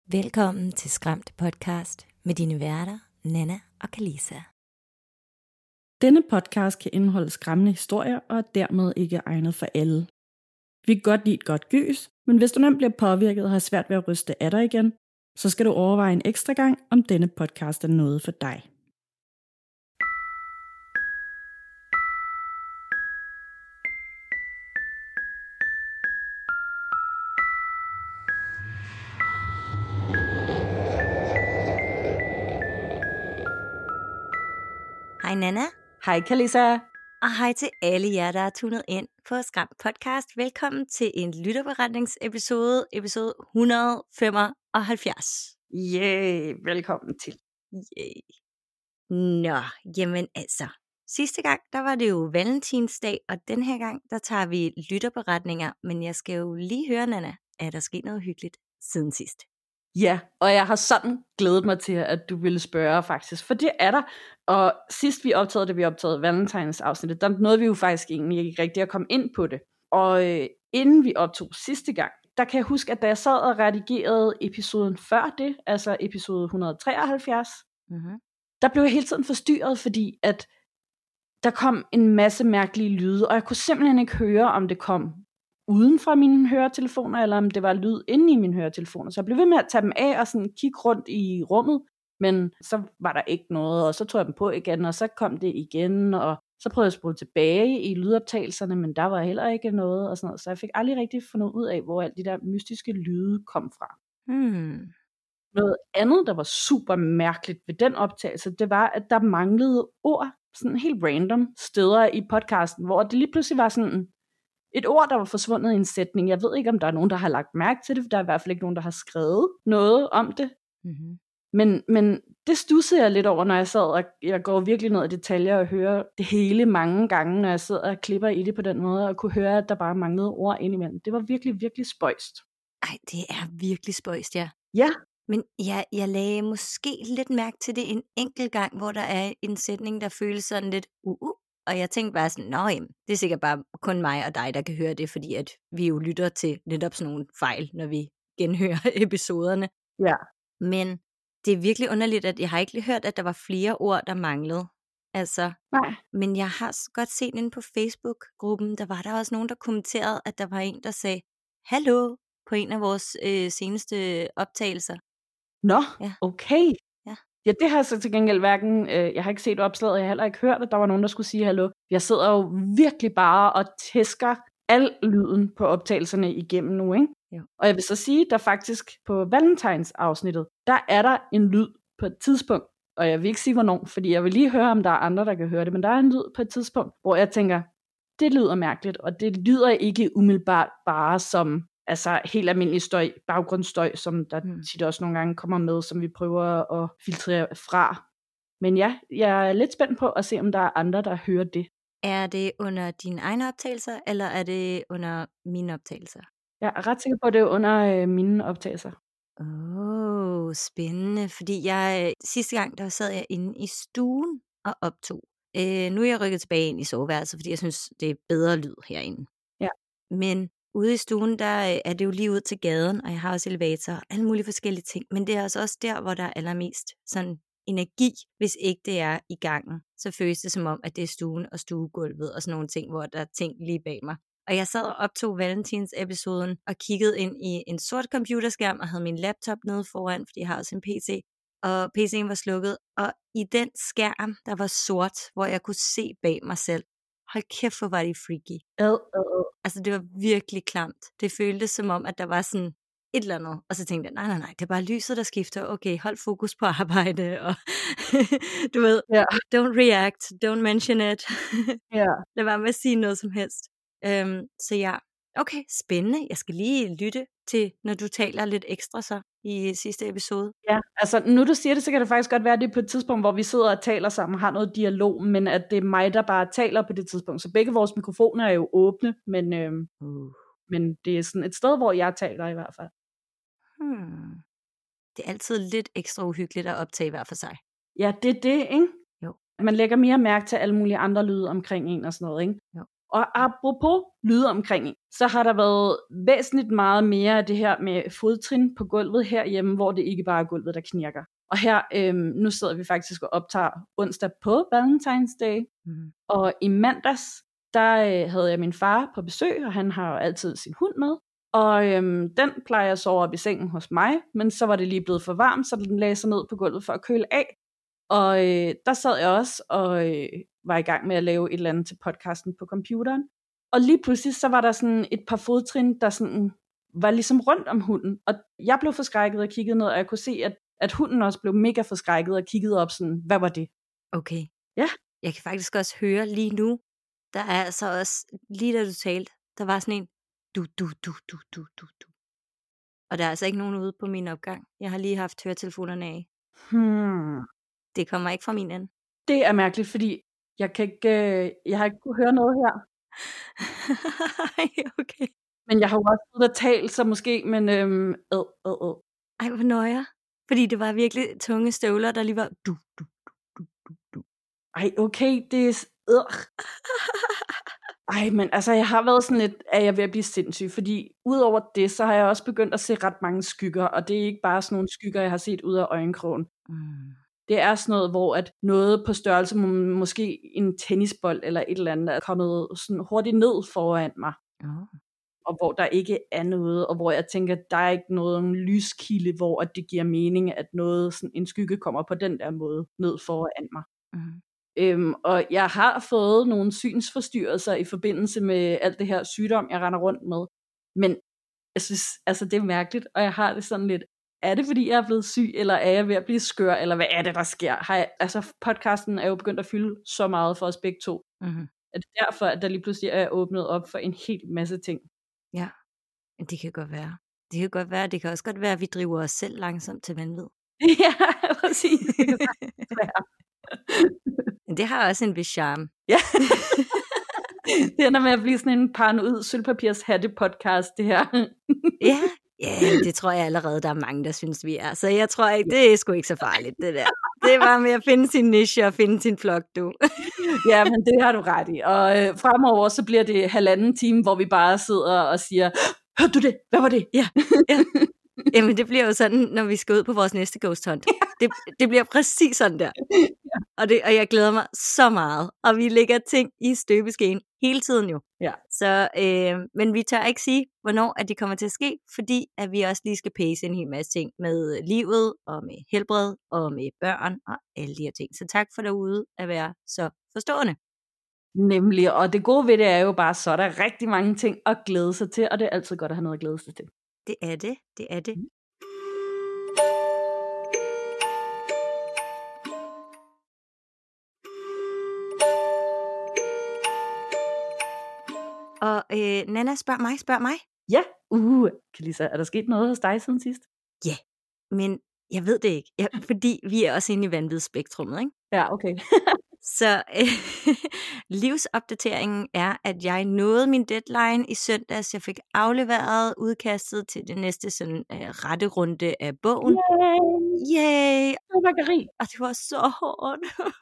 Velkommen til Skræmt Podcast med dine værter, Nana og Kalisa. Denne podcast kan indeholde skræmmende historier og er dermed ikke egnet for alle. Vi kan godt lide et godt gys, men hvis du nemt bliver påvirket og har svært ved at ryste af dig igen, så skal du overveje en ekstra gang, om denne podcast er noget for dig. Hej Nana, Hej Kalisa. og hej til alle jer, der er tunet ind på Skræmt Podcast. Velkommen til en lytterberetningsepisode, episode 175. Velkommen til. Yay. Nå, jamen altså. Sidste gang, der var det jo valentinsdag, og den her gang, der tager vi lytterberetninger. Men jeg skal jo lige høre, Nana, er der sket noget hyggeligt siden sidst? Ja, og jeg har sådan glædet mig til, at du ville spørge faktisk, for det er der. Og sidst vi optagede Valentines afsnittet, der nåede vi jo faktisk egentlig ikke rigtig at komme ind på det. Og inden vi optog sidste gang, der kan jeg huske, at da jeg sad og redigerede episoden før det, altså episode 173, der blev jeg hele tiden forstyrret, fordi at der kom en masse mærkelige lyde, og jeg kunne simpelthen ikke høre, om det kom uden fra mine høretelefoner, eller om det var lyd inde i mine høretelefoner. Så jeg blev ved med at tage dem af og sådan kigge rundt i rummet, men så var der ikke noget, og så tog jeg dem på igen, og så kom det igen, og så prøvede jeg at spole tilbage i lydoptagelserne, men der var heller ikke noget, og sådan noget. Så jeg fik aldrig rigtig fundet ud af, hvor alle de der mystiske lyde kom fra. Noget andet, der var super mærkeligt ved den optagelse, det var, at der manglede ord, sådan helt random steder i podcasten, hvor det lige pludselig var sådan et ord, der var forsvundet i en sætning. Jeg ved ikke, om der er nogen, der har lagt mærke til det, for der er i hvert fald ikke nogen, der har skrevet noget om det. Men det studsede jeg lidt over, når jeg sad, og jeg går virkelig ned i detaljer og hører det hele mange gange, når jeg sidder og klipper i det på den måde, og kunne høre, at der bare manglede ord indimellem. Det var virkelig, virkelig spøjst. Ej, det er virkelig spøjst, ja. Ja. Men jeg lagde måske lidt mærke til det en enkelt gang, hvor der er en sætning, der føles sådan lidt og jeg tænkte bare sådan, jamen, det er sikkert bare kun mig og dig, der kan høre det, fordi at vi jo lytter til netop sådan nogle fejl, når vi genhører episoderne. Ja. Men det er virkelig underligt, at jeg har ikke hørt, at der var flere ord, der manglede. Altså, Nej. Men jeg har godt set inde på Facebook-gruppen, der var der også nogen, der kommenterede, at der var en, der sagde, hallo, på en af vores seneste optagelser. Nå, ja. Okay. Ja, det har jeg så til gengæld hverken, jeg har ikke set opslaget, jeg har heller ikke hørt, at der var nogen, der skulle sige hallo. Jeg sidder jo virkelig bare og tæsker al lyden på optagelserne igennem nu, ikke? Jo. Og jeg vil så sige, der faktisk på Valentines afsnittet, der er der en lyd på et tidspunkt, og jeg vil ikke sige hvornår, fordi jeg vil lige høre, om der er andre, der kan høre det, men der er en lyd på et tidspunkt, hvor jeg tænker, det lyder mærkeligt, og det lyder ikke umiddelbart bare som altså helt almindelig støj, baggrundsstøj, som der tit også nogle gange kommer med, som vi prøver at filtrere fra. Men ja, jeg er lidt spændt på at se, om der er andre, der hører det. Er det under dine egne optagelser, eller er det under mine optagelser? Jeg er ret sikker på, at det er under mine optagelser. Spændende, fordi sidste gang, der sad jeg inde i stuen og optog. Nu er jeg rykket tilbage ind i soveværelset, fordi jeg synes, det er bedre lyd herinde. Ja. Men ude i stuen, der er det jo lige ud til gaden, og jeg har også elevator og alle mulige forskellige ting. Men det er også der, hvor der er allermest sådan energi, hvis ikke det er i gangen. Så føles det som om, at det er stuen og stuegulvet og sådan nogle ting, hvor der er ting lige bag mig. Og jeg sad og optog Valentins-episoden og kiggede ind i en sort computerskærm og havde min laptop nede foran, fordi jeg har også en PC. Og PC'en var slukket, og i den skærm, der var sort, hvor jeg kunne se bag mig selv. Hold kæft, hvor var det freaky. Altså, det var virkelig klamt. Det føltes som om, at der var sådan et eller andet. Og så tænkte jeg, nej, det er bare lyset, der skifter. Okay, hold fokus på arbejde. Og du ved, Don't react, don't mention it. Lad være med at sige noget som helst. Så ja, okay, spændende. Jeg skal lige lytte til, når du taler lidt ekstra så i sidste episode. Ja, altså nu du siger det, så kan det faktisk godt være, at det er på et tidspunkt, hvor vi sidder og taler sammen og har noget dialog, men at det er mig, der bare taler på det tidspunkt. Så begge vores mikrofoner er jo åbne, men det er sådan et sted, hvor jeg taler i hvert fald. Det er altid lidt ekstra uhyggeligt at optage hver for sig. Ja, det er det, ikke? Jo. Man lægger mere mærke til alle mulige andre lyde omkring en og sådan noget, ikke? Jo. Og apropos lyde omkring, så har der været væsentligt meget mere af det her med fodtrin på gulvet herhjemme, hvor det ikke bare er gulvet, der knirker. Og her, nu sidder vi faktisk og optager onsdag på Valentine's Day. Og i mandags, der havde jeg min far på besøg, og han har jo altid sin hund med. Og den plejer at sove op i sengen hos mig, men så var det lige blevet for varmt, så den lagde sig ned på gulvet for at køle af. Og der sad jeg også og var i gang med at lave et eller andet til podcasten på computeren. Og lige pludselig så var der sådan et par fodtrin, der sådan var ligesom rundt om hunden. Og jeg blev forskrækket og kiggede ned, og jeg kunne se, at hunden også blev mega forskrækket og kiggede op sådan, hvad var det? Okay. Ja. Jeg kan faktisk også høre lige nu, der er altså også, lige da du talte, der var sådan en du. Og der er altså ikke nogen ude på min opgang. Jeg har lige haft høretelefonerne af. Det kommer ikke fra min ende. Det er mærkeligt, fordi jeg har ikke kunne høre noget her. Okay. Men jeg har jo også siddet og talt, så måske, men Ej, hvor nøjer. Fordi det var virkelig tunge støvler, der lige var du. Ej, okay, det er... Ej, men altså, jeg har været sådan lidt, at jeg er ved at blive sindssyg, fordi udover det, så har jeg også begyndt at se ret mange skygger, og det er ikke bare sådan nogle skygger, jeg har set ud af øjenkrogen. Det er sådan noget, hvor at noget på størrelse med måske en tennisbold eller et eller andet er kommet sådan hurtigt ned foran mig. Og hvor der ikke er noget, og hvor jeg tænker, at der er ikke nogen lyskilde, hvor at det giver mening, at noget, sådan en skygge kommer på den der måde ned foran mig. Og jeg har fået nogle synsforstyrrelser i forbindelse med alt det her sygdom, jeg render rundt med. Men jeg synes, altså det er mærkeligt, og jeg har det sådan lidt, er det fordi jeg er blevet syg, eller er jeg ved at blive skør, eller hvad er det, der sker? Altså podcasten er jo begyndt at fylde så meget for os begge to. Er det derfor, at der lige pludselig er åbnet op for en hel masse ting? Ja, det kan godt være. Det kan godt være, det kan også godt være, at vi driver os selv langsomt til vanvid. Ja, præcis. Det kan sagtens være. Men det har også en vis charme. Ja. Det ender med at blive sådan en paranoid sølvpapirs hatte podcast, det her. Ja, det tror jeg allerede, der er mange, der synes, vi er. Så jeg tror ikke, det er sgu ikke så farligt, det der. Det er bare med at finde sin niche og finde sin flok, du. Ja, men det har du ret i. Og fremover, så bliver det 1,5 time, hvor vi bare sidder og siger, hørte du det? Hvad var det? Ja. Jamen, det bliver jo sådan, når vi skal ud på vores næste ghost hunt. Det bliver præcis sådan der. Og jeg glæder mig så meget. Og vi lægger ting i støbeskeen hele tiden jo. Ja. Så, men vi tør ikke sige, hvornår at det kommer til at ske, fordi at vi også lige skal pace en hel masse ting med livet, og med helbred, og med børn, og alle de her ting. Så tak for derude at være så forstående. Nemlig, og det gode ved det er jo bare, så der er rigtig mange ting at glæde sig til, og det er altid godt at have noget at glæde sig til. Det er det, det er det. Og Nana, spørg mig. Ja, Kalisa, er der sket noget hos dig siden sidst? Ja, men jeg ved det ikke, fordi vi er også inde i vanvidsspektrummet, ikke? Ja, okay. Så livsopdateringen er, at jeg nåede min deadline i søndags. Jeg fik afleveret udkastet til det næste sådan rette runde af bogen. Yay! Og det var så hårdt.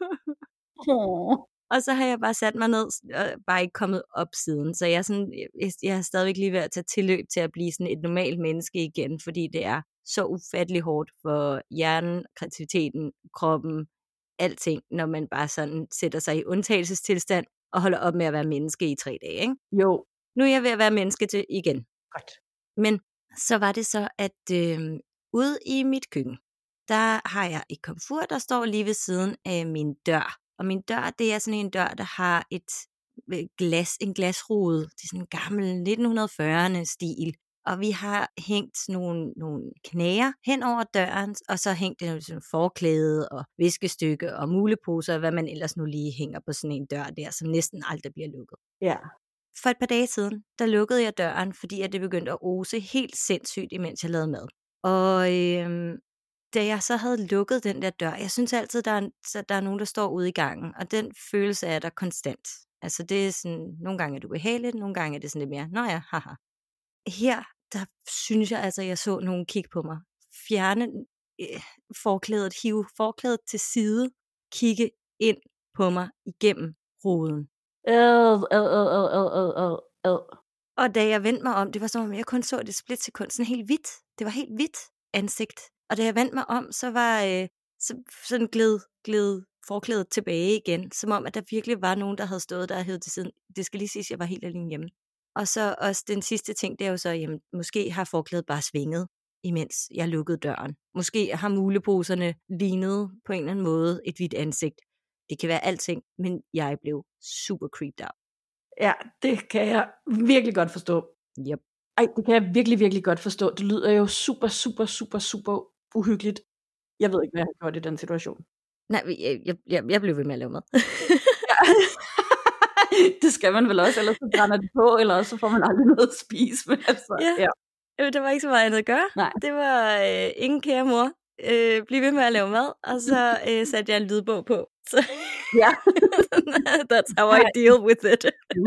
Og så har jeg bare sat mig ned, og bare ikke kommet op siden. Så jeg er stadigvæk lige ved at tage tilløb til at blive sådan et normalt menneske igen, fordi det er så ufattelig hårdt for hjernen, kreativiteten, kroppen, alting, når man bare sådan sætter sig i undtagelsestilstand og holder op med at være menneske i 3 dage, ikke? Jo. Nu er jeg ved at være menneske til igen. Godt. Men så var det så, at ude i mit køkken, der har jeg et komfur, der står lige ved siden af min dør. Og min dør, det er sådan en dør, der har en glasrude. Det er sådan en gammel 1940'erne stil. Og vi har hængt nogle knager hen over døren, og så hængt sådan forklæde og viskestykke og muleposer, og hvad man ellers nu lige hænger på sådan en dør der, som næsten aldrig bliver lukket. Ja. For et par dage siden, der lukkede jeg døren, fordi at det begyndte at ose helt sindssygt, imens jeg lavede mad. Og da jeg så havde lukket den der dør, jeg synes altid, der er nogen, der står ude i gangen, og den følelse er der konstant. Altså det er sådan, nogle gange er det ubehageligt, nogle gange er det sådan lidt mere, nå ja, haha. Her, der synes jeg altså, jeg så nogen kigge på mig. Fjerne forklædet, hive forklædet til side, kigge ind på mig igennem ruden. Og da jeg vendte mig om, det var som om, jeg kun så det splitsekund, sådan helt hvidt. Det var helt hvidt ansigt. Og da jeg vendte mig om, så var sådan gled forklædet tilbage igen. Som om, at der virkelig var nogen, der havde stået der og hævet til siden. Det skal lige siges, at jeg var helt alene hjemme. Og så også den sidste ting, det er jo så, jamen, måske har forklædet bare svinget, imens jeg lukkede døren. Måske har muleposerne lignet på en eller anden måde et hvidt ansigt. Det kan være alting, men jeg blev super creeped out. Ja, det kan jeg virkelig godt forstå. Yep. Ej, det kan jeg virkelig, virkelig godt forstå. Det lyder jo super, super, super, super uhyggeligt. Jeg ved ikke, hvad jeg har gjort i den situation. Nej, jeg blev ved med at lave mad. Ja. Det skal man vel også, ellers så brænder det på, eller også så får man aldrig noget at spise. Men altså, ja. Der var ikke så meget andet at gøre. Nej. Det var ingen kære mor. Bliv ved med at lave mad, og så satte jeg en lydbog på. Så ja. That's how I deal with it.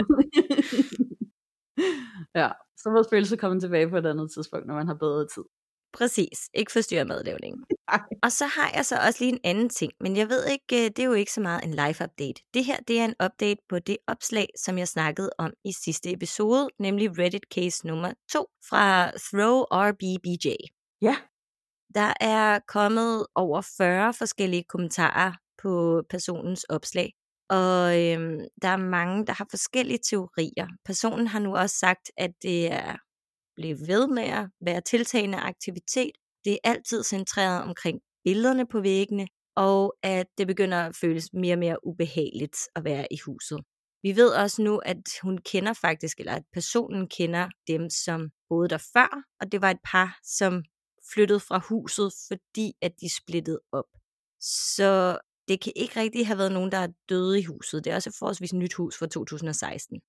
Ja, så må spøgelset komme tilbage på et andet tidspunkt, når man har bedre tid. Præcis. Ikke forstyrre madlavningen. Og så har jeg så også lige en anden ting, men jeg ved ikke, det er jo ikke så meget en live update. Det her, det er en update på det opslag, som jeg snakkede om i sidste episode, nemlig Reddit case nummer 2 fra Throw RBBJ. Ja. Der er kommet over 40 forskellige kommentarer på personens opslag, og der er mange, der har forskellige teorier. Personen har nu også sagt, at det er blevet ved med at være tiltagende aktivitet. Det er altid centreret omkring billederne på væggene, og at det begynder at føles mere og mere ubehageligt at være i huset. Vi ved også nu, at hun kender faktisk, eller at personen kender dem, som boede der før, og det var et par, som flyttede fra huset, fordi at de splittede op. Så det kan ikke rigtig have været nogen, der er døde i huset. Det er også et forholdsvis nyt hus fra 2016.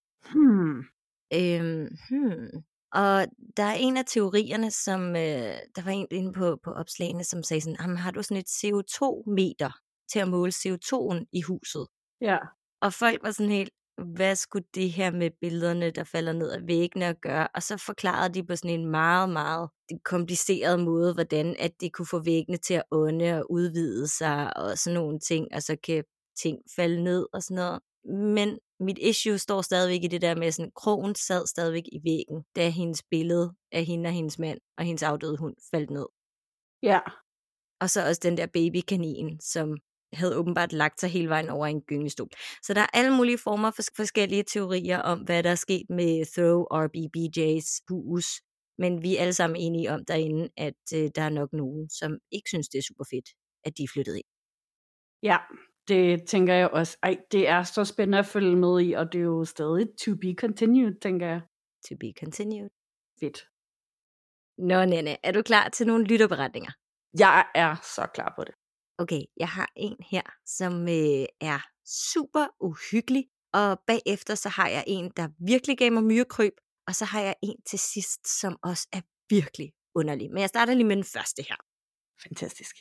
Og der er en af teorierne, som der var en inde på opslagene, som sagde sådan, har du sådan et CO2-meter til at måle CO2'en i huset? Ja. Og folk var sådan helt, hvad skulle det her med billederne, der falder ned af væggene at gøre? Og så forklarede de på sådan en meget, meget kompliceret måde, hvordan at det kunne få væggene til at ånde og udvide sig og sådan nogle ting, og så kan ting falde ned og sådan noget. Men mit issue står stadigvæk i det der med, sådan, krogen sad stadigvæk i væggen, da hendes billede af hende og hendes mand og hendes afdøde hund faldt ned. Ja. Og så også den der babykanin, som havde åbenbart lagt sig hele vejen over en gyngestol. Så der er alle mulige former for forskellige teorier om, hvad der er sket med Throw RBBJ's hus. Men vi er alle sammen enige om derinde, at der er nok nogen, som ikke synes, det er super fedt, at de er flyttet ind. Ja, det tænker jeg også. Ej, det er så spændende at følge med i, og det er jo stadig to be continued, tænker jeg. To be continued. Fedt. Nå, Nanne, er du klar til nogle lytterberetninger? Jeg er så klar på det. Okay, jeg har en her, som er super uhyggelig, og bagefter så har jeg en, der virkelig gav mig myrekryb, og så har jeg en til sidst, som også er virkelig underlig. Men jeg starter lige med den første her. Fantastisk.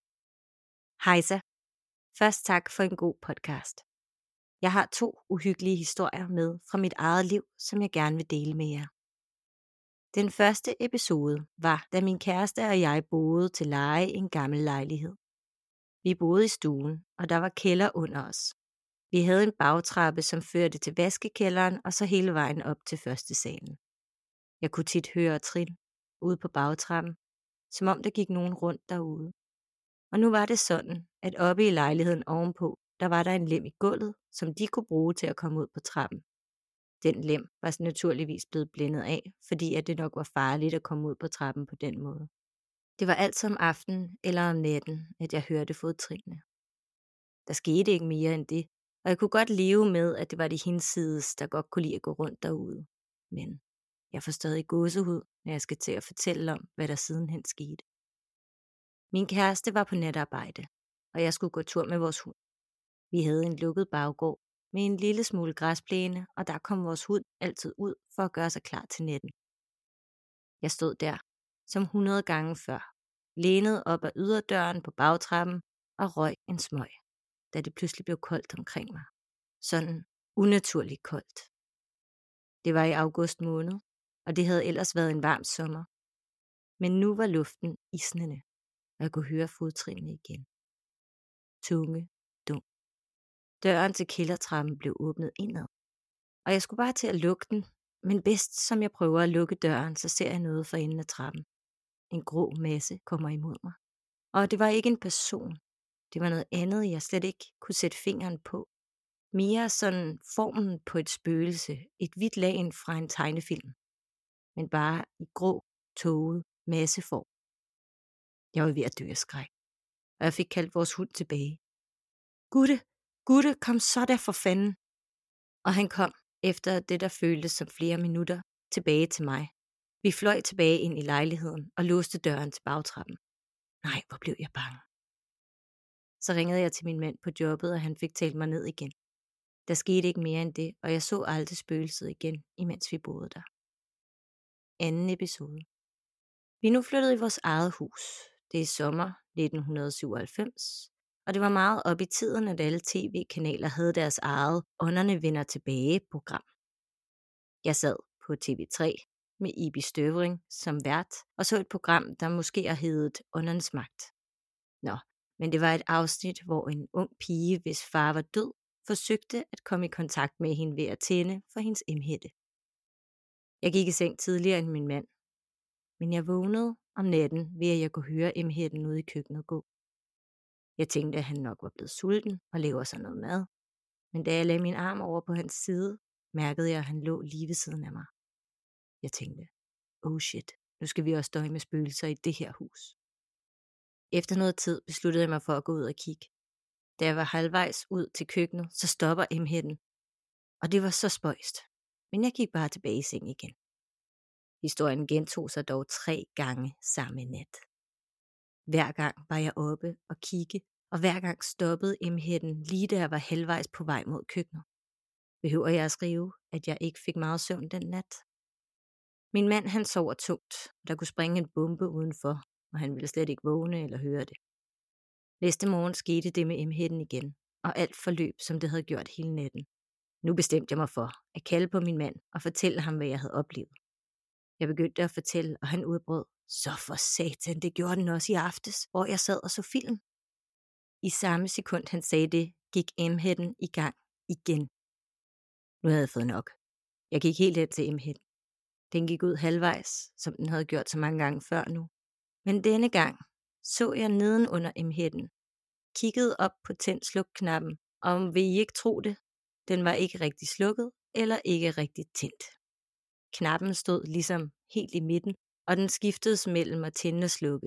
Hejsa. Først tak for en god podcast. Jeg har 2 uhyggelige historier med fra mit eget liv, som jeg gerne vil dele med jer. Den første episode var, da min kæreste og jeg boede til leje i en gammel lejlighed. Vi boede i stuen, og der var kælder under os. Vi havde en bagtrappe, som førte til vaskekælderen og så hele vejen op til første salen. Jeg kunne tit høre trin ude på bagtrappen, som om der gik nogen rundt derude. Og nu var det sådan, at oppe i lejligheden ovenpå, der var der en lem i gulvet, som de kunne bruge til at komme ud på trappen. Den lem var så naturligvis blevet blændet af, fordi at det nok var farligt at komme ud på trappen på den måde. Det var altid om aftenen eller om natten, at jeg hørte fodtrinene. Der skete ikke mere end det, og jeg kunne godt leve med, at det var de hinsides, der godt kunne lide at gå rundt derude. Men jeg får stadig gåsehud, når jeg skal til at fortælle om, hvad der sidenhen skete. Min kæreste var på natarbejde, og jeg skulle gå tur med vores hund. Vi havde en lukket baggård med en lille smule græsplæne, og der kom vores hund altid ud for at gøre sig klar til natten. Jeg stod der, som 100 gange før, lænet op ad yderdøren på bagtrappen og røg en smøg, da det pludselig blev koldt omkring mig. Sådan unaturligt koldt. Det var i august måned, og det havde ellers været en varm sommer. Men nu var luften isnende, og jeg kunne høre fodtrinene igen. Tunge, dum. Døren til kældertrappen blev åbnet indad, Og jeg skulle bare til at lukke den, men bedst som jeg prøver at lukke døren, så ser jeg noget for enden af trappen. En grå masse kommer imod mig. Og det var ikke en person. Det var noget andet, jeg slet ikke kunne sætte fingeren på. Mere sådan formen på et spøgelse, et hvidt lagen fra en tegnefilm. Men bare i grå, tåget masseform. Jeg var ved at dø af skræk, og jeg fik kaldt vores hund tilbage. Gutte, kom så der for fanden. Og han kom, efter det der føltes som flere minutter, tilbage til mig. Vi fløj tilbage ind i lejligheden og låste døren til bagtrappen. Nej, hvor blev jeg bange. Så ringede jeg til min mand på jobbet, og han fik talt mig ned igen. Der skete ikke mere end det, og jeg så aldrig spøgelset igen, imens vi boede der. Anden episode. Vi er nu flyttet i vores eget hus. Det er sommer 1997, og det var meget op i tiden, at alle tv-kanaler havde deres eget Ånderne vender tilbage-program. Jeg sad på TV3 med Ibi Støvring som vært, og så et program, der måske har heddet Åndernes Magt. Nå, men det var et afsnit, hvor en ung pige, hvis far var død, forsøgte at komme i kontakt med hende ved at tænde for hendes emhætte. Jeg gik i seng tidligere end min mand, men jeg vågnede om natten ved, at jeg kunne høre emhætten ude i køkkenet gå. Jeg tænkte, at han nok var blevet sulten og laver sig noget mad, men da jeg lagde min arm over på hans side, mærkede jeg, at han lå lige ved siden af mig. Jeg tænkte, oh shit, nu skal vi også døje med spøgelser i det her hus. Efter noget tid besluttede jeg mig for at gå ud og kigge. Da jeg var halvvejs ud til køkkenet, så stopper emhætten. Og det var så spøjst. Men jeg gik bare tilbage i seng igen. Historien gentog sig dog 3 gange samme nat. Hver gang var jeg oppe og kigge, og hver gang stoppede emhætten lige da jeg var halvvejs på vej mod køkkenet. Behøver jeg at skrive, at jeg ikke fik meget søvn den nat? Min mand han sover tungt, der kunne springe en bombe udenfor, og han ville slet ikke vågne eller høre det. Næste morgen skete det med emhætten igen, og alt forløb, som det havde gjort hele natten. Nu bestemte jeg mig for at kalde på min mand og fortælle ham, hvad jeg havde oplevet. Jeg begyndte at fortælle, og han udbrød, så for satan, det gjorde den også i aftes, hvor jeg sad og så film. I samme sekund han sagde det, gik emhætten i gang igen. Nu havde jeg fået nok. Jeg gik helt hen til emhætten. Den gik ud halvvejs, som den havde gjort så mange gange før nu. Men denne gang så jeg neden under emhætten, kiggede op på tænd-sluk-knappen, og vil I ikke tro det, den var ikke rigtig slukket eller ikke rigtig tændt. Knappen stod ligesom helt i midten, og den skiftedes mellem at tænde og slukke.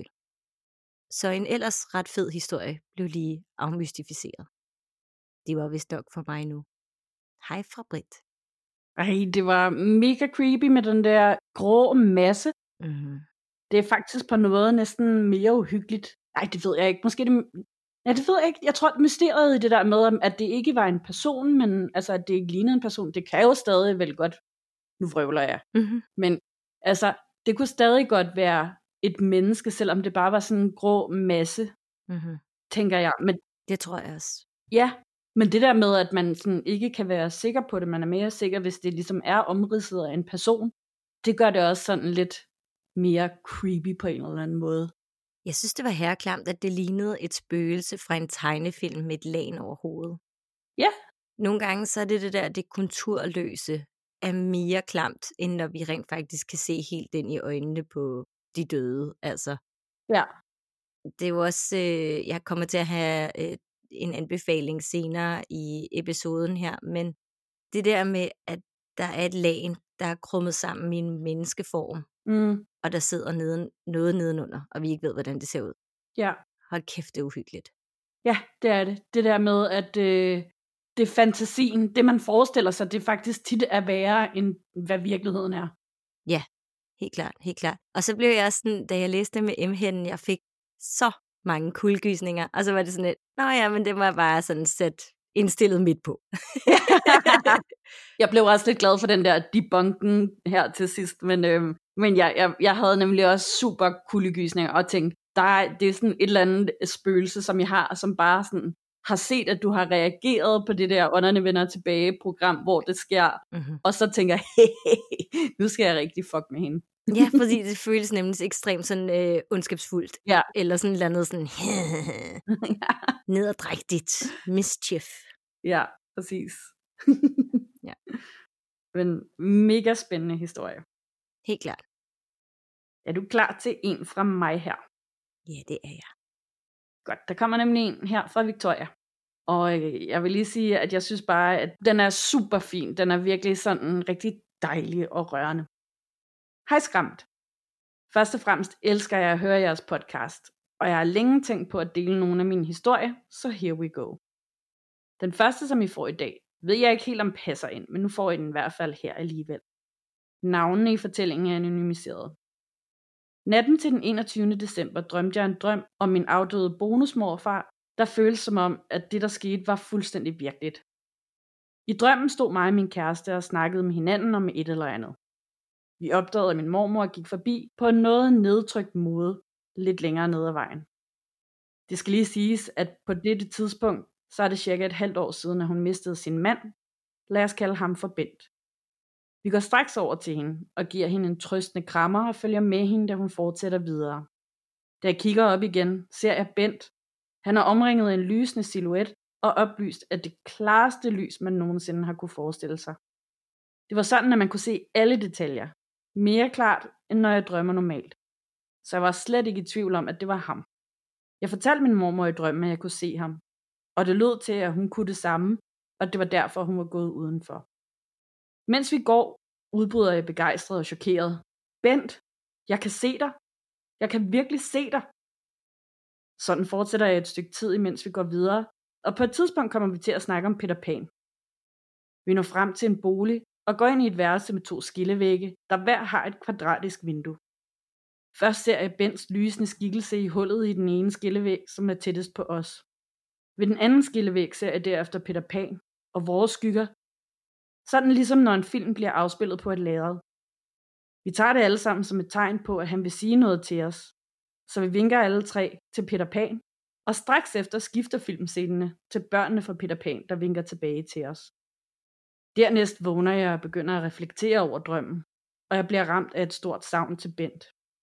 Så en ellers ret fed historie blev lige afmystificeret. Det var vist nok for mig nu. Hej fra Britt. Ej, det var mega creepy med den der grå masse. Mm-hmm. Det er faktisk på noget næsten mere uhyggeligt. Nej, det ved jeg ikke. Måske det... Ja, det ved jeg ikke. Jeg tror, at mysteriet i det der med, at det ikke var en person, men altså, at det ikke lignede en person, det kan jo stadig vel godt. Nu vrøvler jeg. Mm-hmm. Men altså, det kunne stadig godt være et menneske, selvom det bare var sådan en grå masse, tænker jeg. Men det tror jeg også. Ja, men det der med, at man sådan ikke kan være sikker på det, man er mere sikker, hvis det ligesom er omridset af en person, det gør det også sådan lidt mere creepy på en eller anden måde. Jeg synes, det var herreklamt, at det lignede et spøgelse fra en tegnefilm med et lagen over hovedet. Ja. Nogle gange så er det konturløse er mere klamt, end når vi rent faktisk kan se helt ind i øjnene på de døde. Altså. Ja. Det er jo også, jeg kommer til at have en anbefaling senere i episoden her, men det der med, at der er et lagen, der er krummet sammen i en menneskeform, og der sidder noget nedenunder, og vi ikke ved, hvordan det ser ud. Ja. Hold kæft, det er uhyggeligt. Ja, det er det. Det der med, at det er fantasien, det man forestiller sig, det faktisk tit er værre, end hvad virkeligheden er. Ja, helt klart. Og så blev jeg sådan, da jeg læste med emhætten, jeg fik så mange kuldegysninger, og så var det sådan lidt, nå ja, men det var bare sådan sæt indstillet midt på. Jeg blev også lidt glad for den der debunken her til sidst, men jeg havde nemlig også super kuldegysninger og tænkte, det er sådan et eller andet spøgelse, som jeg har, som bare sådan har set, at du har reageret på det der Ånderne vender tilbage program, hvor det sker, og så tænker jeg, hey, nu skal jeg rigtig fuck med hende. Ja, fordi det føles nemlig ekstremt sådan ondskabsfuldt. Ja. Eller sådan et eller andet sådan nederdrægtigt mischief. Ja, præcis. Ja. Men mega spændende historie. Helt klart. Er du klar til en fra mig her? Ja, det er jeg. Godt, der kommer nemlig en her fra Victoria. Og jeg vil lige sige, at jeg synes bare, at den er super fin. Den er virkelig sådan rigtig dejlig og rørende. Hej Skræmt. Først og fremmest elsker jeg at høre jeres podcast, og jeg har længe tænkt på at dele nogle af mine historier, så here we go. Den første, som I får i dag, ved jeg ikke helt om passer ind, men nu får I den i hvert fald her alligevel. Navnene i fortællingen er anonymiseret. Natten til den 21. december drømte jeg en drøm om min afdøde bonusmorfar, der føltes som om, at det der skete var fuldstændig virkeligt. I drømmen stod mig og min kæreste og snakkede med hinanden om et eller andet. Vi opdagede, at min mormor gik forbi på en noget nedtrykt måde lidt længere ned ad vejen. Det skal lige siges, at på dette tidspunkt, så er det cirka et halvt år siden, at hun mistede sin mand. Lad os kalde ham for Bent. Vi går straks over til hende og giver hende en trøstende krammer og følger med hende, da hun fortsætter videre. Da jeg kigger op igen, ser jeg Bent. Han er omringet af en lysende silhuet og oplyst af det klareste lys, man nogensinde har kunne forestille sig. Det var sådan, at man kunne se alle detaljer. Mere klart, end når jeg drømmer normalt. Så jeg var slet ikke i tvivl om, at det var ham. Jeg fortalte min mormor i drømmen, at jeg kunne se ham. Og det lød til, at hun kunne det samme, og det var derfor, hun var gået udenfor. Mens vi går, udbryder jeg begejstret og chokeret. Bent, jeg kan se dig. Jeg kan virkelig se dig. Sådan fortsætter jeg et stykke tid, imens vi går videre, og på et tidspunkt kommer vi til at snakke om Peter Pan. Vi når frem til en bolig og går ind i et værelse med 2 skillevægge, der hver har et kvadratisk vindue. Først ser jeg Bents lysende skikkelse i hullet i den ene skillevæg, som er tættest på os. Ved den anden skillevæg ser jeg derefter Peter Pan og vores skygger, sådan ligesom når en film bliver afspillet på et lærred. Vi tager det alle sammen som et tegn på, at han vil sige noget til os, så vi vinker alle 3 til Peter Pan, og straks efter skifter filmscenene til børnene fra Peter Pan, der vinker tilbage til os. Dernæst vågner jeg og begynder at reflektere over drømmen, og jeg bliver ramt af et stort savn til Bent.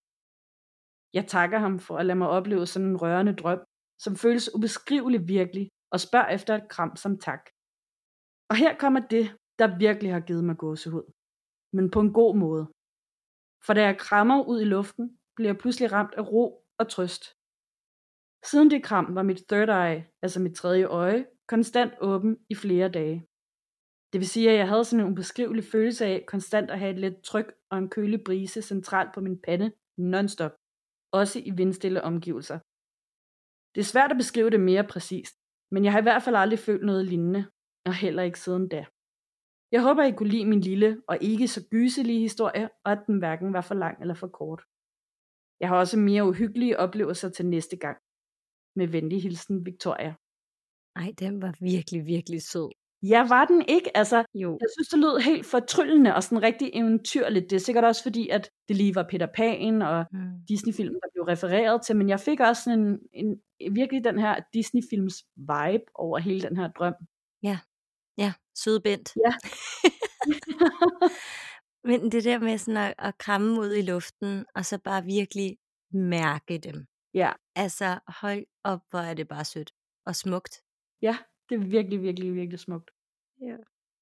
Jeg takker ham for at lade mig opleve sådan en rørende drøm, som føles ubeskriveligt virkelig, og spørger efter et kram som tak. Og her kommer det, der virkelig har givet mig gåsehud, men på en god måde. For da jeg krammer ud i luften, bliver jeg pludselig ramt af ro og trøst. Siden det kram var mit third eye, altså mit 3. øje, konstant åben i flere dage. Det vil sige, at jeg havde sådan en ubeskrivelig følelse af konstant at have et let tryk og en kølig brise centralt på min pande non-stop, også i vindstille omgivelser. Det er svært at beskrive det mere præcist, men jeg har i hvert fald aldrig følt noget lignende, og heller ikke siden da. Jeg håber, I kunne lide min lille og ikke så gyselige historie, og at den hverken var for lang eller for kort. Jeg har også mere uhyggelige oplevelser til næste gang. Med venlig hilsen, Victoria. Ej, den var virkelig, virkelig sød. Ja, var den ikke? Altså, Jo. jeg synes, det lød helt fortryllende og sådan rigtig eventyrligt. Det er sikkert også fordi, at det lige var Peter Pan og Disney-film, der blev refereret til, men jeg fik også sådan en virkelig den her Disney-films vibe over hele den her drøm. Ja, søde Bent. Ja. Men det der med sådan at kramme ud i luften, og så bare virkelig mærke dem. Ja. Altså, hold op, hvor er det bare sødt og smukt. Ja, det er virkelig, virkelig, virkelig smukt. Ja.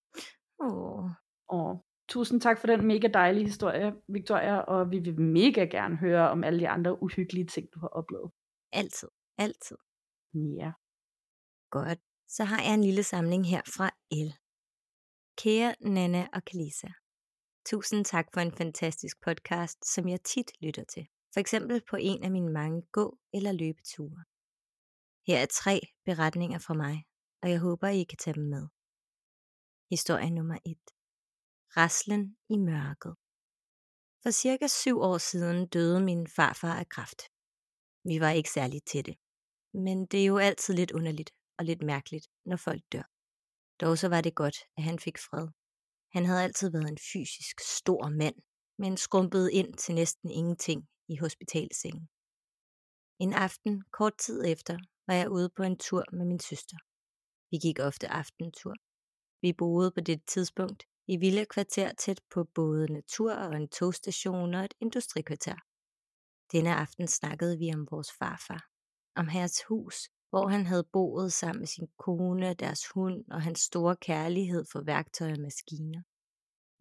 Og tusind tak for den mega dejlige historie, Victoria, og vi vil mega gerne høre om alle de andre uhyggelige ting, du har oplevet. Altid, altid. Ja. Godt. Så har jeg en lille samling her fra El. Kære Nana og Kalisa, tusind tak for en fantastisk podcast, som jeg tit lytter til. For eksempel på en af mine mange gå- eller løbeture. Her er 3 beretninger fra mig, og jeg håber, I kan tage dem med. Historie nummer 1. Raslen i mørket. For cirka 7 år siden døde min farfar af kræft. Vi var ikke særlig tætte. Men det er jo altid lidt underligt og lidt mærkeligt, når folk dør. Dog så var det godt, at han fik fred. Han havde altid været en fysisk stor mand, men skrumpede ind til næsten ingenting i hospitalsengen. En aften, kort tid efter, var jeg ude på en tur med min søster. Vi gik ofte aftentur. Vi boede på det tidspunkt i villakvarter tæt på både natur og en togstation og et industrikvarter. Denne aften snakkede vi om vores farfar, om hans hus, hvor han havde boet sammen med sin kone, deres hund og hans store kærlighed for værktøj og maskiner.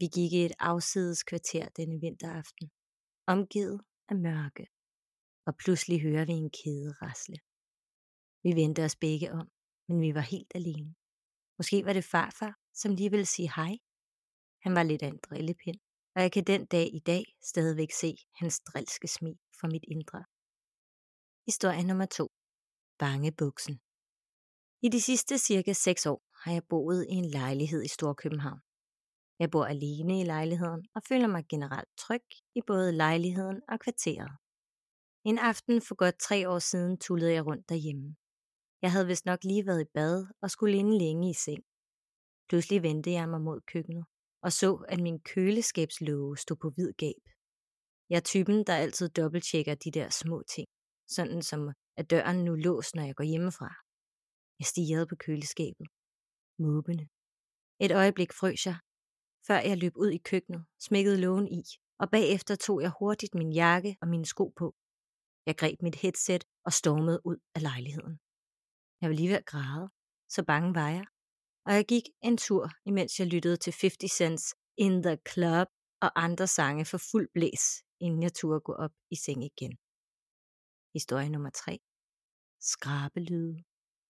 Vi gik i et afsides kvarter denne vinteraften, omgivet af mørke, og pludselig hører vi en kæde rasle. Vi vendte os begge om, men vi var helt alene. Måske var det farfar, som lige ville sige hej. Han var lidt af en drillepind, og jeg kan den dag i dag stadigvæk se hans drilske smil for mit indre. Historie nummer 2. Bangebuksen. I de sidste cirka 6 år har jeg boet i en lejlighed i Storkøbenhavn. Jeg bor alene i lejligheden og føler mig generelt tryg i både lejligheden og kvarteret. En aften for godt 3 år siden tullede jeg rundt derhjemme. Jeg havde vist nok lige været i bad og skulle inde længe i seng. Pludselig vendte jeg mig mod køkkenet og så, at min køleskabslåge stod på vid gab. Jeg er typen, der altid dobbelttjekker de der små ting, sådan som at døren nu låst, når jeg går hjemmefra. Jeg stirrede på køleskabet, måbende. Et øjeblik frøs jeg, før jeg løb ud i køkkenet, smækkede lågen i, og bagefter tog jeg hurtigt min jakke og mine sko på. Jeg greb mit headset og stormede ud af lejligheden. Jeg var lige ved at græde, så bange var jeg, og jeg gik en tur, imens jeg lyttede til 50 Cent's In the Club og andre sange for fuld blæs, inden jeg turde gå op i seng igen. Historie nummer 3. Skrabelyde.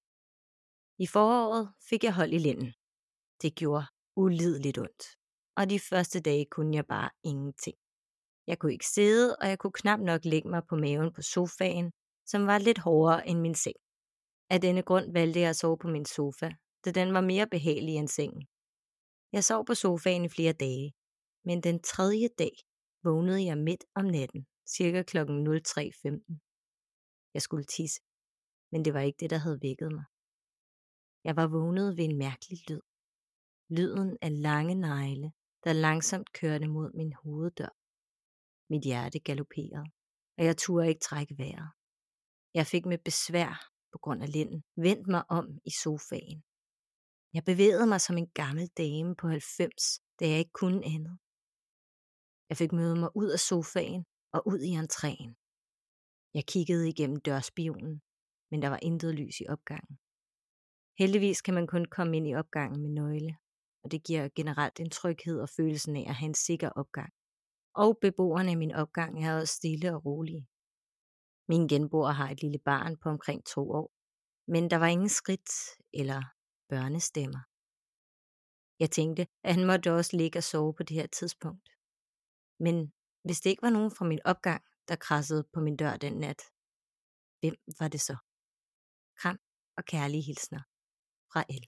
I foråret fik jeg hold i lænden. Det gjorde ulideligt ondt, og de første dage kunne jeg bare ingenting. Jeg kunne ikke sidde, og jeg kunne knap nok lægge mig på maven på sofaen, som var lidt hårdere end min seng. Af denne grund valgte jeg at sove på min sofa, da den var mere behagelig end sengen. Jeg sov på sofaen i flere dage, men den 3. dag vågnede jeg midt om natten, cirka kl. 03:15. Jeg skulle tisse, men det var ikke det, der havde vækket mig. Jeg var vågnet ved en mærkelig lyd. Lyden af lange negle, der langsomt kørte mod min hoveddør. Mit hjerte galopperede, og jeg turde ikke trække vejret. Jeg fik med besvær på grund af lænden vendt mig om i sofaen. Jeg bevægede mig som en gammel dame på 90, da jeg ikke kunne andet. Jeg fik mødet mig ud af sofaen og ud i entréen. Jeg kiggede igennem dørspionen, men der var intet lys i opgangen. Heldigvis kan man kun komme ind i opgangen med nøgle, og det giver generelt en tryghed og følelsen af at have en sikker opgang. Og beboerne i min opgang er også stille og rolige. Min genboer har et lille barn på omkring 2 år, men der var ingen skridt eller børnestemmer. Jeg tænkte, at han måtte også ligge og sove på det her tidspunkt. Men hvis det ikke var nogen fra min opgang, der kradsede på min dør den nat, hvem var det så? Kram og kærlige hilsner fra El.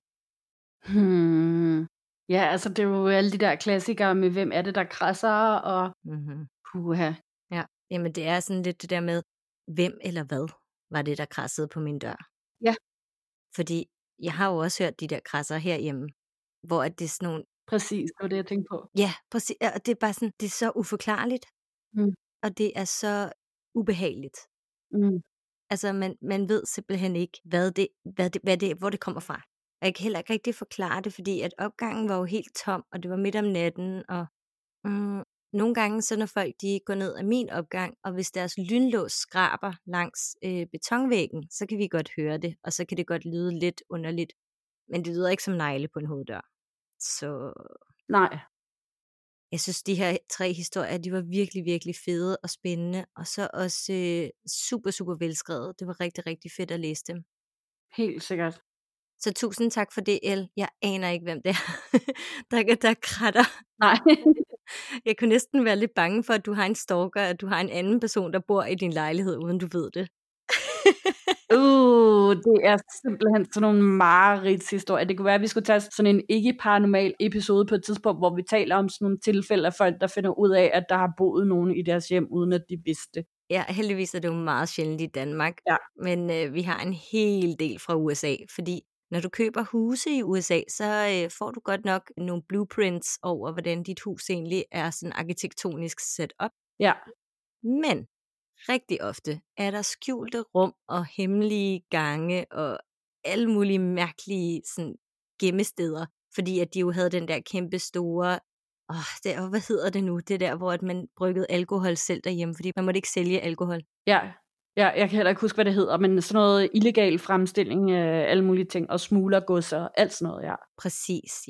Ja, altså det er jo alle de der klassikere med, hvem er det, der krasser, og puha. Ja, jamen det er sådan lidt det der med, hvem eller hvad var det, der krassede på min dør. Ja. Fordi jeg har jo også hørt de der krasser herhjemme, hvor det er sådan nogle... Præcis, det var det, jeg tænkte på. Ja, præcis. Og det er bare sådan, det er så uforklarligt, og det er så ubehageligt. Altså, man ved simpelthen ikke, hvor det kommer fra. Og jeg kan heller ikke rigtig forklare det, fordi at opgangen var jo helt tom, og det var midt om natten, og nogle gange, så når folk de går ned af min opgang, og hvis deres lynlås skraber langs betonvæggen, så kan vi godt høre det, og så kan det godt lyde lidt underligt, men det lyder ikke som negle på en hoveddør. Så... Nej. Jeg synes, de her 3 historier, de var virkelig, virkelig fede og spændende, og så også super, super velskrevet. Det var rigtig, rigtig fedt at læse dem. Helt sikkert. Så tusind tak for det, El. Jeg aner ikke, hvem det er, der kratter. Nej. Jeg kunne næsten være lidt bange for, at du har en stalker, at du har en anden person, der bor i din lejlighed, uden du ved det. Det er simpelthen sådan nogle mareridtshistorier. Det kunne være, at vi skulle tage sådan en ikke-paranormal episode på et tidspunkt, hvor vi taler om sådan nogle tilfælde af folk, der finder ud af, at der har boet nogen i deres hjem, uden at de vidste. Ja, heldigvis er det jo meget sjældent i Danmark, ja. Men vi har en hel del fra USA, fordi når du køber huse i USA, så får du godt nok nogle blueprints over, hvordan dit hus egentlig er sådan arkitektonisk sat op. Ja. Men rigtig ofte er der skjulte rum og hemmelige gange og alle mulige mærkelige sådan, gemmesteder, fordi at de jo havde den der kæmpe store, hvad hedder det nu, det der, hvor at man bryggede alkohol selv derhjemme, fordi man måtte ikke sælge alkohol. Ja, jeg kan heller ikke huske, hvad det hedder, men sådan noget illegal fremstilling af alle mulige ting, og smuglergods og alt sådan noget, ja. Præcis, ja.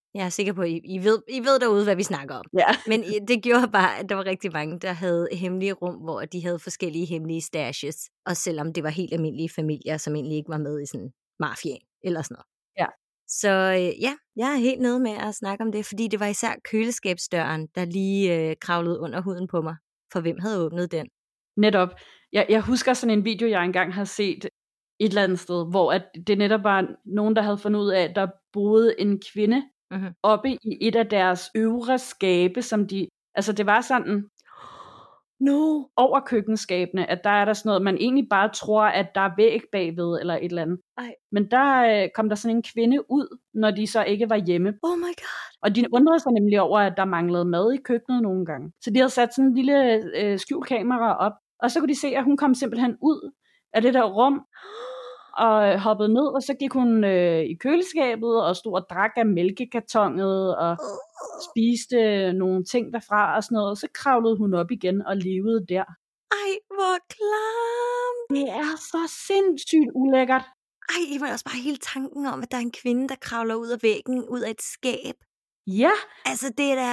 Jeg er sikker på, at I ved derude, hvad vi snakker om. Ja. Men det gjorde bare, at der var rigtig mange, der havde hemmelige rum, hvor de havde forskellige hemmelige stashes. Også selvom det var helt almindelige familier, som egentlig ikke var med i sådan mafiaen eller sådan noget. Ja. Så ja, jeg er helt nede med at snakke om det, fordi det var især køleskabsdøren, der lige kravlede under huden på mig. For hvem havde åbnet den? Netop. Jeg husker sådan en video, jeg engang har set et eller andet sted, hvor at det netop var nogen, der havde fundet ud af, at der boede en kvinde oppe i et af deres øvre skabe, som altså det var sådan over køkkenskabene, at der er der sådan noget, man egentlig bare tror, at der er væg bagved, eller et eller andet. Ej. Men der kom der sådan en kvinde ud, når de så ikke var hjemme. Oh my god. Og de undrede sig nemlig over, at der manglede mad i køkkenet nogle gange. Så de havde sat sådan en lille skjulkamera op, og så kunne de se, at hun kom simpelthen ud af det der rum, og hoppede ned, og så gik hun i køleskabet, og stod og drak af mælkekartonet, og spiste nogle ting derfra, og sådan noget, og så kravlede hun op igen, og levede der. Ej, hvor klamt. Det er så sindssygt ulækkert. Ej, men også bare hele tanken om, at der er en kvinde, der kravler ud af væggen, ud af et skab. Ja. Altså, det er da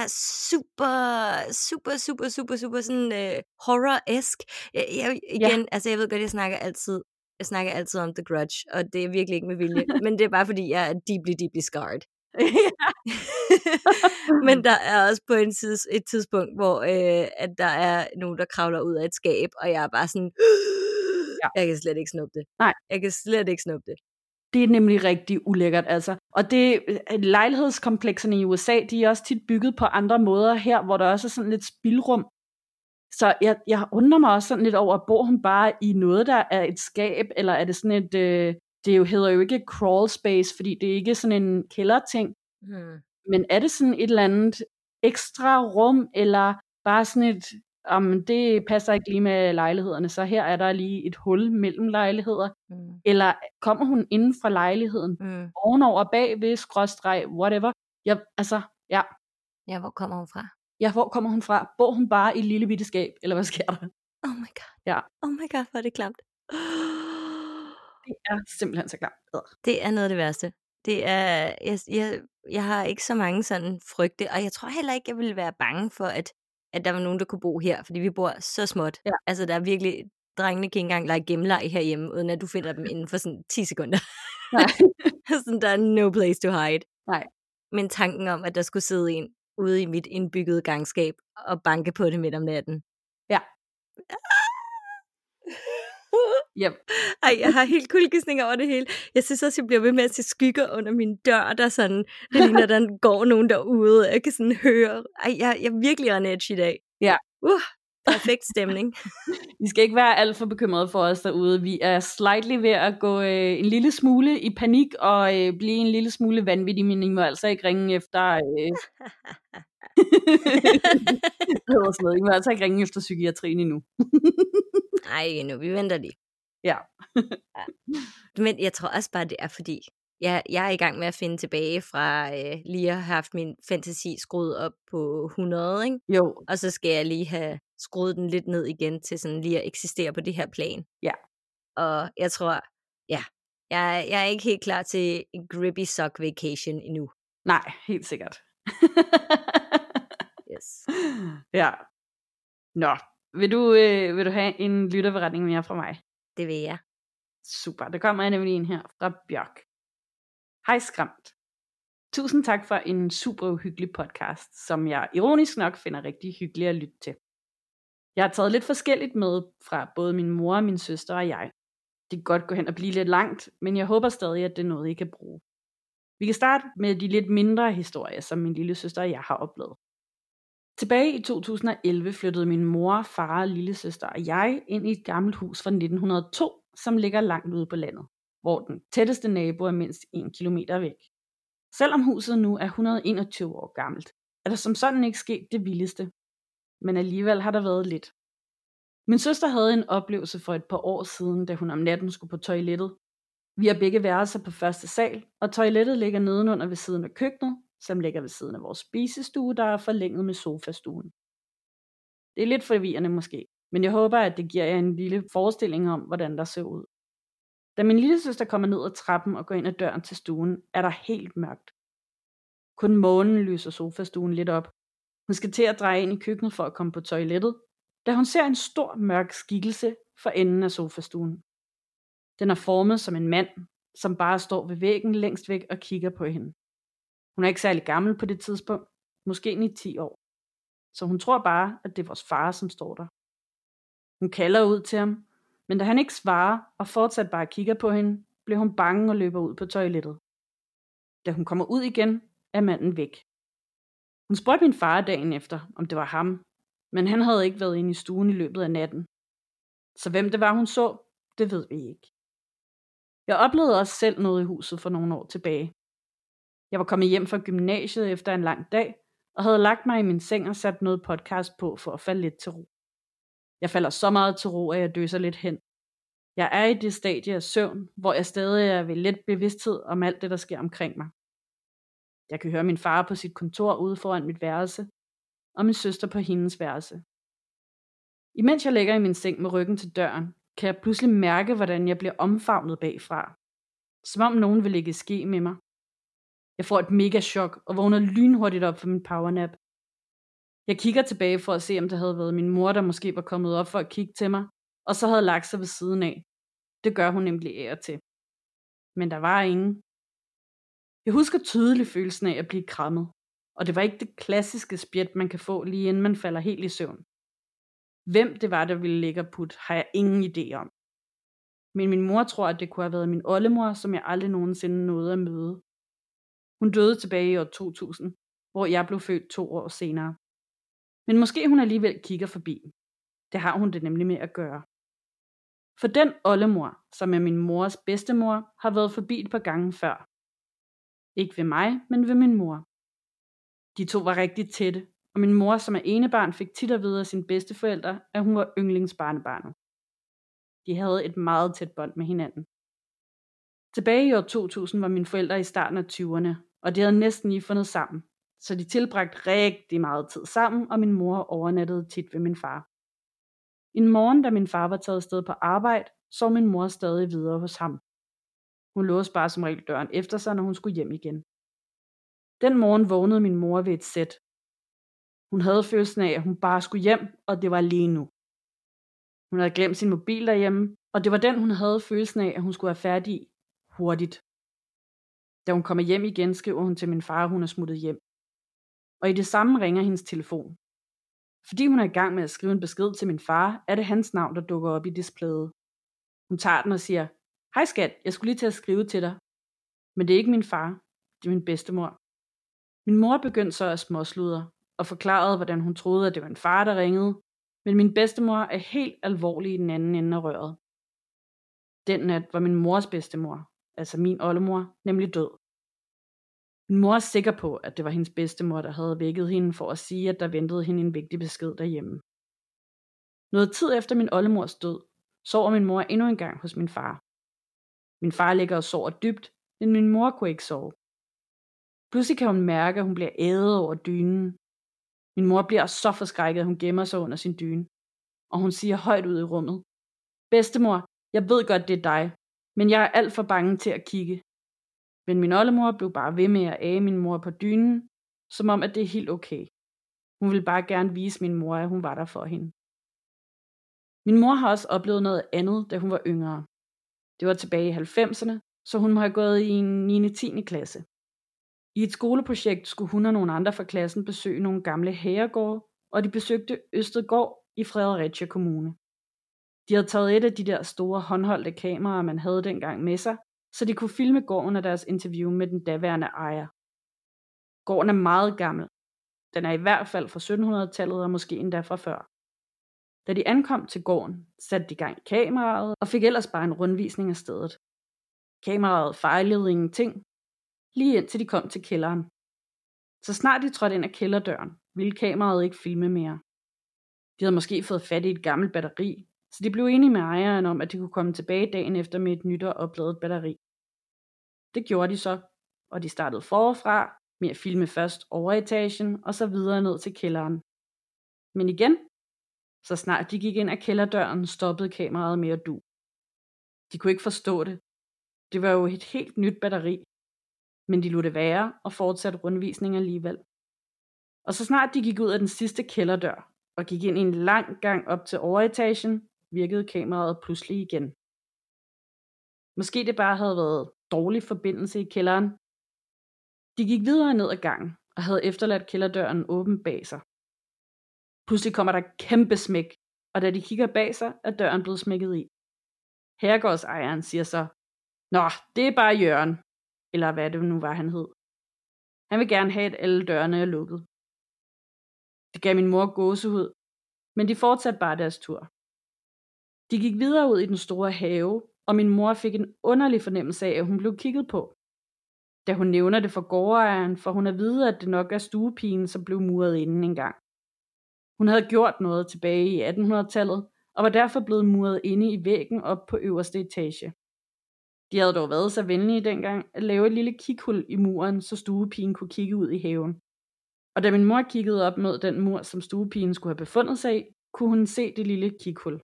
super sådan horror-esk. Altså, jeg ved godt, jeg snakker altid om The Grudge, og det er virkelig ikke med vilje, men det er bare fordi, jeg er deeply scarred. Men der er også på et tidspunkt, hvor at der er nogen, der kravler ud af et skab, og jeg er bare sådan, jeg kan slet ikke snuppe det. Nej. Jeg kan slet ikke snuppe det. Det er nemlig rigtig ulækkert, altså. Og det lejlighedskomplekserne i USA, de er også tit bygget på andre måder her, hvor der også er sådan lidt spildrum. Så jeg undrer mig også sådan lidt over, bor hun bare i noget, der er et skab, eller er det sådan et, det hedder jo ikke crawl space, fordi det er ikke sådan en kælderting. Men er det sådan et eller andet ekstra rum, eller bare sådan et, det passer ikke lige med lejlighederne, så her er der lige et hul mellem lejligheder. Eller kommer hun inden fra lejligheden, ovenover, bagved, skråstreg, whatever. Ja, hvor kommer hun fra? Ja, hvor kommer hun fra? Bor hun bare i et lille bitte skab, eller hvad sker der? Oh my god. Ja. Oh my god, hvor er det klamt. Det er simpelthen så klamt. Det er noget af det værste. Det er, jeg har ikke så mange sådan frygte, og jeg tror heller ikke, jeg ville være bange for, at der var nogen, der kunne bo her, fordi vi bor så småt. Ja. Altså, der er virkelig, drengene kan ikke engang lege gemmeleg herhjemme, uden at du finder dem inden for sådan 10 sekunder. Nej. Sådan, der er no place to hide. Nej. Men tanken om, at der skulle sidde en ude i mit indbyggede gangskab og banke på det midt om natten. Ja. Yep. Ej, jeg har helt kuldegysninger over det hele. Jeg synes også, jeg bliver ved med at se skygger under min dør, der sådan, det ligner, der går nogen derude. Jeg kan sådan høre. Ej, jeg er virkelig on edge i dag. Ja. Perfekt stemning. I skal ikke være alt for bekymrede for os derude. Vi er slightly ved at gå en lille smule i panik og blive en lille smule vanvittige, men I må altså ikke ringe efter... I må altså ikke ringe efter psykiatrien endnu. Nej, endnu. Vi venter lige. Ja. Men jeg tror også bare, det er fordi, jeg er i gang med at finde tilbage fra lige at have haft min fantasi skruet op på 100, ikke? Jo. Og så skal jeg lige have skruet den lidt ned igen til sådan lige at eksistere på det her plan. Ja. Og jeg tror, jeg er ikke helt klar til en grippy sock vacation endnu. Nej, helt sikkert. Yes. Ja. Nå, vil du have en lytterberetning mere fra mig? Det vil jeg. Super, der kommer nemlig en her fra Bjørk. Hej Skræmt. Tusind tak for en super uhyggelig podcast, som jeg ironisk nok finder rigtig hyggelig at lytte til. Jeg har taget lidt forskelligt med fra både min mor og min søster og jeg. Det kan godt gå hen og blive lidt langt, men jeg håber stadig, at det er noget, I kan bruge. Vi kan starte med de lidt mindre historier, som min lille søster og jeg har oplevet. Tilbage i 2011 flyttede min mor, far, lillesøster og jeg ind i et gammelt hus fra 1902, som ligger langt ude på landet, hvor den tætteste nabo er mindst 1 kilometer væk. Selvom huset nu er 121 år gammelt, er der som sådan ikke sket det vildeste. Men alligevel har der været lidt. Min søster havde en oplevelse for et par år siden, da hun om natten skulle på toilettet. Vi har begge værelser på første sal, og toilettet ligger nedenunder ved siden af køkkenet, som ligger ved siden af vores spisestue, der er forlænget med sofastuen. Det er lidt forvirrende måske, men jeg håber, at det giver jer en lille forestilling om, hvordan der ser ud. Da min lillesøster kommer ned ad trappen og går ind ad døren til stuen, er der helt mørkt. Kun månen lyser sofastuen lidt op. Hun skal til at dreje ind i køkkenet for at komme på toilettet, da hun ser en stor mørk skikkelse for enden af sofastuen. Den er formet som en mand, som bare står ved væggen længst væk og kigger på hende. Hun er ikke særlig gammel på det tidspunkt, måske 9-10 år. Så hun tror bare, at det er vores far, som står der. Hun kalder ud til ham, men da han ikke svarer og fortsat bare kigger på hende, bliver hun bange og løber ud på toilettet. Da hun kommer ud igen, er manden væk. Hun spurgte min far dagen efter, om det var ham, men han havde ikke været inde i stuen i løbet af natten. Så hvem det var, hun så, det ved vi ikke. Jeg oplevede også selv noget i huset for nogle år tilbage. Jeg var kommet hjem fra gymnasiet efter en lang dag, og havde lagt mig i min seng og sat noget podcast på for at falde lidt til ro. Jeg falder så meget til ro, at jeg døser lidt hen. Jeg er i det stadie af søvn, hvor jeg stadig er ved let bevidsthed om alt det, der sker omkring mig. Jeg kan høre min far på sit kontor ude foran mit værelse, og min søster på hendes værelse. Imens jeg ligger i min seng med ryggen til døren, kan jeg pludselig mærke, hvordan jeg bliver omfavnet bagfra. Som om nogen vil lægge ske med mig. Jeg får et mega chok og vågner lynhurtigt op for min powernap. Jeg kigger tilbage for at se, om det havde været min mor, der måske var kommet op for at kigge til mig, og så havde lagt sig ved siden af. Det gør hun nemlig af og til. Men der var ingen. Jeg husker tydeligt følelsen af at blive krammet, og det var ikke det klassiske spjæt, man kan få lige inden man falder helt i søvn. Hvem det var, der ville ligge og putte, har jeg ingen idé om. Men min mor tror, at det kunne have været min oldemor, som jeg aldrig nogensinde nåede at møde. Hun døde tilbage i år 2000, hvor jeg blev født 2 år senere. Men måske hun alligevel kigger forbi. Det har hun det nemlig med at gøre. For den oldemor, som er min mors bedstemor, har været forbi et par gange før. Ikke ved mig, men ved min mor. De to var rigtig tætte, og min mor, som er enebarn, fik tit at vide af sine bedsteforældre, at hun var yndlingsbarnebarnet. De havde et meget tæt bånd med hinanden. Tilbage i år 2000 var mine forældre i starten af 20'erne, og de havde næsten lige fundet sammen, så de tilbragte rigtig meget tid sammen, og min mor overnattede tit ved min far. En morgen, da min far var taget afsted på arbejde, sov min mor stadig videre hos ham. Hun låste bare som regel døren efter sig, når hun skulle hjem igen. Den morgen vågnede min mor ved et sæt. Hun havde følelsen af, at hun bare skulle hjem, og det var lige nu. Hun havde glemt sin mobil derhjemme, og det var den, hun havde følelsen af, at hun skulle være færdig hurtigt. Da hun kommer hjem igen, skriver hun til min far, at hun er smuttet hjem. Og i det samme ringer hendes telefon. Fordi hun er i gang med at skrive en besked til min far, er det hans navn, der dukker op i displayet. Hun tager den og siger, hej skat, jeg skulle lige til at skrive til dig. Men det er ikke min far, det er min bedstemor. Min mor begyndte så at småsludre og forklarede, hvordan hun troede, at det var en far, der ringede. Men min bedstemor er helt alvorlig i den anden ende af røret. Den nat var min mors bedstemor, altså min oldemor, nemlig død. Min mor er sikker på, at det var hendes bedstemor, der havde vækket hende for at sige, at der ventede hende en vigtig besked derhjemme. Noget tid efter min oldemors død, sover min mor endnu en gang hos min far. Min far ligger og sover dybt, men min mor kunne ikke sove. Pludselig kan hun mærke, at hun bliver ædet over dynen. Min mor bliver så forskrækket, at hun gemmer sig under sin dyne, og hun siger højt ud i rummet, bedstemor, jeg ved godt, det er dig, men jeg er alt for bange til at kigge. Men min oldemor blev bare ved med at age min mor på dynen, som om, at det er helt okay. Hun ville bare gerne vise min mor, at hun var der for hende. Min mor har også oplevet noget andet, da hun var yngre. Det var tilbage i 90'erne, så hun må have gået i en 9. 10. klasse. I et skoleprojekt skulle hun og nogle andre fra klassen besøge nogle gamle herregårde, og de besøgte Østergård i Fredericia Kommune. De havde taget et af de der store håndholdte kameraer, man havde dengang med sig, så de kunne filme gården af deres interview med den daværende ejer. Gården er meget gammel. Den er i hvert fald fra 1700-tallet og måske endda fra før. Da de ankom til gården, satte de gang i kameraet og fik ellers bare en rundvisning af stedet. Kameraet fejlede ingenting, lige indtil de kom til kælderen. Så snart de trådte ind af kælderdøren, ville kameraet ikke filme mere. De havde måske fået fat i et gammelt batteri, så de blev enige med ejeren om, at de kunne komme tilbage dagen efter med et nyt og opladet batteri. Det gjorde de så, og de startede forfra med at filme først overetagen og så videre ned til kælderen. Men igen, så snart de gik ind af kælderdøren, stoppede kameraet med at du. De kunne ikke forstå det. Det var jo et helt nyt batteri. Men de lod det være og fortsatte rundvisningen alligevel. Og så snart de gik ud af den sidste kælderdør og gik ind i en lang gang op til overetagen, virkede kameraet pludselig igen. Måske det bare havde været dårlig forbindelse i kælderen. De gik videre ned ad gangen og havde efterladt kælderdøren åben bag sig. Pludselig kommer der kæmpe smæk, og da de kigger bag sig, er døren blevet smækket i. Herregårdsejeren siger så, "Nå, det er bare Jørgen," eller hvad det nu var, han hed. Han vil gerne have, at alle dørene er lukket. Det gav min mor gåsehud, men de fortsatte bare deres tur. De gik videre ud i den store have, og min mor fik en underlig fornemmelse af, at hun blev kigget på. Da hun nævner det for gårdejeren, får hun at vide, at det nok er stuepigen, som blev muret inden engang. Hun havde gjort noget tilbage i 1800-tallet, og var derfor blevet muret inde i væggen op på øverste etage. De havde dog været så venlige dengang at lave et lille kighul i muren, så stuepigen kunne kigge ud i haven. Og da min mor kiggede op mod den mur, som stuepigen skulle have befundet sig i, kunne hun se det lille kighul.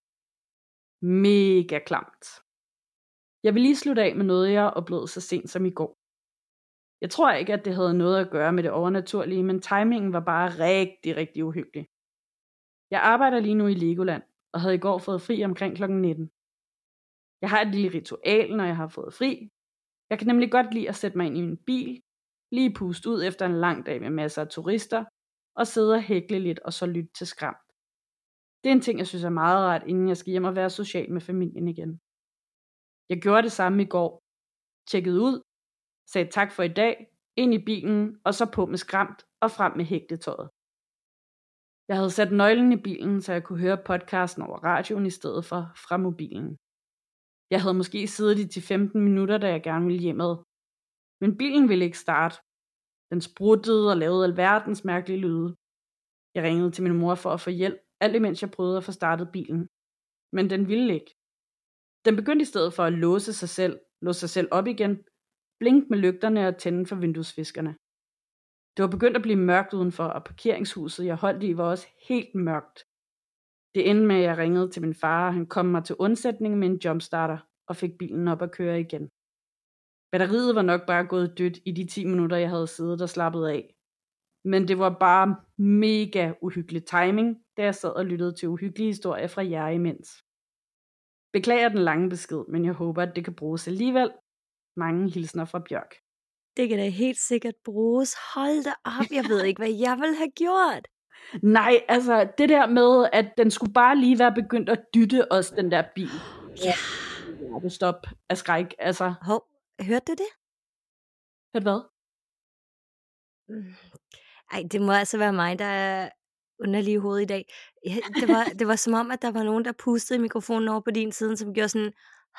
Mega klamt. Jeg vil lige slutte af med noget, jeg oplevede så sent som i går. Jeg tror ikke, at det havde noget at gøre med det overnaturlige, men timingen var bare rigtig, rigtig uhyggelig. Jeg arbejder lige nu i Legoland, og havde i går fået fri omkring kl. 19. Jeg har et lille ritual, når jeg har fået fri. Jeg kan nemlig godt lide at sætte mig ind i min bil, lige puste ud efter en lang dag med masser af turister, og sidde og hækle lidt og så lytte til skræmt. Det er en ting, jeg synes er meget rart, inden jeg skal hjem og være social med familien igen. Jeg gjorde det samme i går. Tjekkede ud, sagde tak for i dag, ind i bilen, og så på med skræmt og frem med hækletøjet. Jeg havde sat nøglen i bilen, så jeg kunne høre podcasten over radioen i stedet for fra mobilen. Jeg havde måske siddet i 10-15 minutter, da jeg gerne ville hjemad. Men bilen ville ikke starte. Den spruttede og lavede alverdens mærkelige lyde. Jeg ringede til min mor for at få hjælp, alt imens jeg prøvede at få startet bilen. Men den ville ikke. Den begyndte i stedet for at låse sig selv op igen, blinke med lygterne og tænde for vinduesviskerne. Det var begyndt at blive mørkt udenfor, og parkeringshuset, jeg holdt i, var også helt mørkt. Det endte med, at jeg ringede til min far, og han kom mig til undsætning med en jumpstarter og fik bilen op at køre igen. Batteriet var nok bare gået dødt i de 10 minutter, jeg havde siddet og slappet af. Men det var bare mega uhyggelig timing, da jeg sad og lyttede til uhyggelige historier fra jer imens. Beklager den lange besked, men jeg håber, at det kan bruges alligevel. Mange hilsner fra Bjørk. Det kan da helt sikkert bruges. Hold da op, jeg ved ikke, hvad jeg ville have gjort. Nej, altså det der med, at den skulle bare lige være begyndt at dytte os, den der bil. Ja. Det stop af skræk, altså. Hov, hørte du det? Hørte hvad? Ej, det må altså være mig, der er underlig i hovedet i dag. Ja, det var som om, at der var nogen, der pustede i mikrofonen over på din side, som gjorde sådan...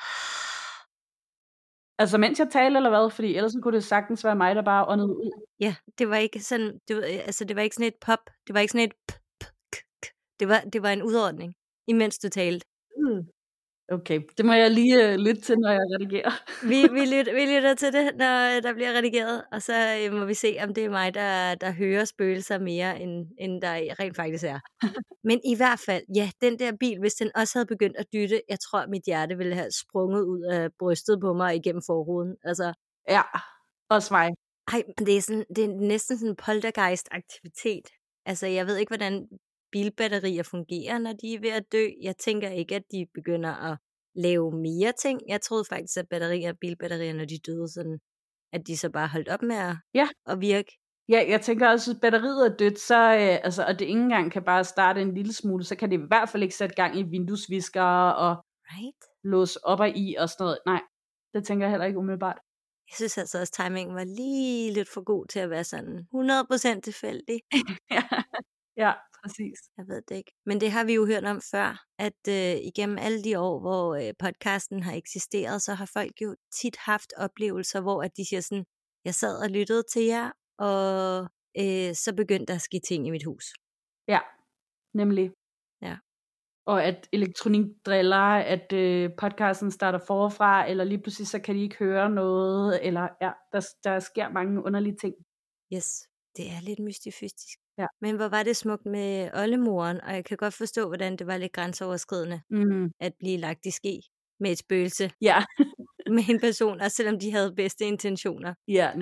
Altså mens jeg talte eller hvad? Fordi ellers kunne det sagtens være mig, der bare åndede ud. Ja, det var ikke sådan, det var ikke sådan et pop, det var ikke sådan et det var en udordning, imens du talte. Okay, det må jeg lige lytte til, når jeg redigerer. Vi lytter til det, når der bliver redigeret, og så må vi se, om det er mig, der hører spøgelser mere, end der rent faktisk er. Men i hvert fald, ja, den der bil, hvis den også havde begyndt at dytte, jeg tror, mit hjerte ville have sprunget ud af brystet på mig igennem forruden. Altså, ja, også mig. Ej, det er næsten sådan en poltergeist-aktivitet. Altså, jeg ved ikke, hvordan bilbatterier fungerer, når de er ved at dø. Jeg tænker ikke, at de begynder at lave mere ting. Jeg troede faktisk, at bilbatterier, når de døde sådan, at de så bare holdt op med at virke. Ja, jeg tænker også, at batteriet er dødt, så, og det ikke engang kan bare starte en lille smule, så kan det i hvert fald ikke sætte gang i vinduesviskere og låse op og i og sådan noget. Nej, det tænker jeg heller ikke umiddelbart. Jeg synes altså også, at timingen var lige lidt for god til at være sådan 100% tilfældig. Ja, præcis. Jeg ved det ikke. Men det har vi jo hørt om før, at igennem alle de år, hvor podcasten har eksisteret, så har folk jo tit haft oplevelser, hvor at de siger sådan, jeg sad og lyttede til jer, og så begyndte der at ske ting i mit hus. Ja, nemlig. Ja. Og at elektronik driller, at podcasten starter forfra, eller lige pludselig så kan de ikke høre noget, eller ja, der sker mange underlige ting. Yes, det er lidt mystifystisk. Ja. Men hvor var det smukt med oldemoren, og jeg kan godt forstå, hvordan det var lidt grænseoverskridende, at blive lagt i ske med et spøgelse. Ja. Med en person, også selvom de havde bedste intentioner. Ja, netop.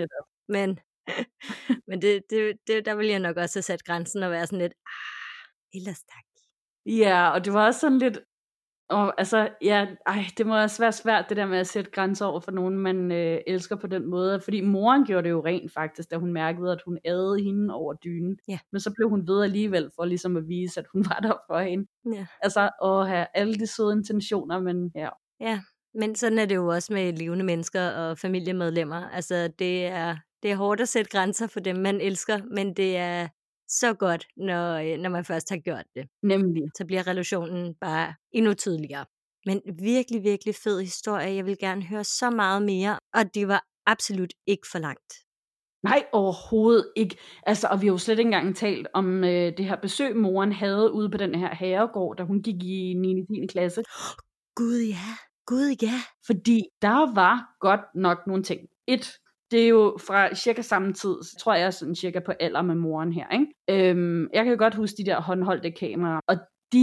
Men, men det, der ville jeg nok også have sat grænsen og være sådan lidt, ellers tak. Ja, og det var også sådan lidt, og altså, ja, det må også være svært, det der med at sætte grænser over for nogen, man elsker på den måde. Fordi moren gjorde det jo rent faktisk, da hun mærkede, at hun adede hende over dynen. Ja. Men så blev hun ved alligevel, for ligesom at vise, at hun var der for hende. Ja. Altså, at have alle de søde intentioner, men ja. Ja, men sådan er det jo også med levende mennesker og familiemedlemmer. Altså, det er hårdt at sætte grænser for dem, man elsker, men det er så godt, når man først har gjort det. Nemlig. Så bliver relationen bare endnu tydeligere. Men virkelig, virkelig fed historie. Jeg vil gerne høre så meget mere, og det var absolut ikke for langt. Nej, overhovedet ikke. Altså, og vi har jo slet ikke engang talt om det her besøg, moren havde ude på den her herregård, da hun gik i 9. og 10. klasse. Gud ja. Fordi der var godt nok nogle ting. Det er jo fra cirka samme tid, så tror jeg sådan cirka på alder med moren her, ikke? Jeg kan godt huske de der håndholdte kameraer, og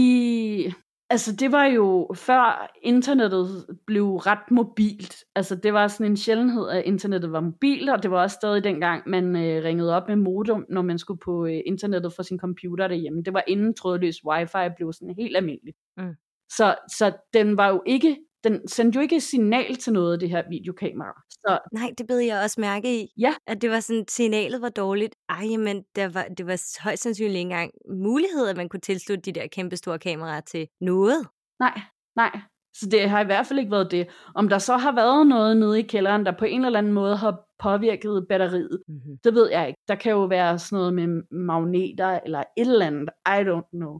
det var jo før internettet blev ret mobilt. Altså det var sådan en sjældenhed, at internettet var mobilt, og det var også stadig dengang, man ringede op med modem, når man skulle på internettet fra sin computer derhjemme. Det var inden trådløs wifi blev sådan helt almindeligt. Mm. Så den sendte jo ikke et signal til noget af det her videokamera. Så nej, det bed jeg også mærke i. Ja. At det var sådan, signalet var dårligt. Men det var højst sandsynligt ikke engang mulighed, at man kunne tilslutte de der kæmpe store kameraer til noget. Nej. Så det har i hvert fald ikke været det. Om der så har været noget nede i kælderen, der på en eller anden måde har påvirket batteriet, det ved jeg ikke. Der kan jo være sådan noget med magneter eller et eller andet. I don't know.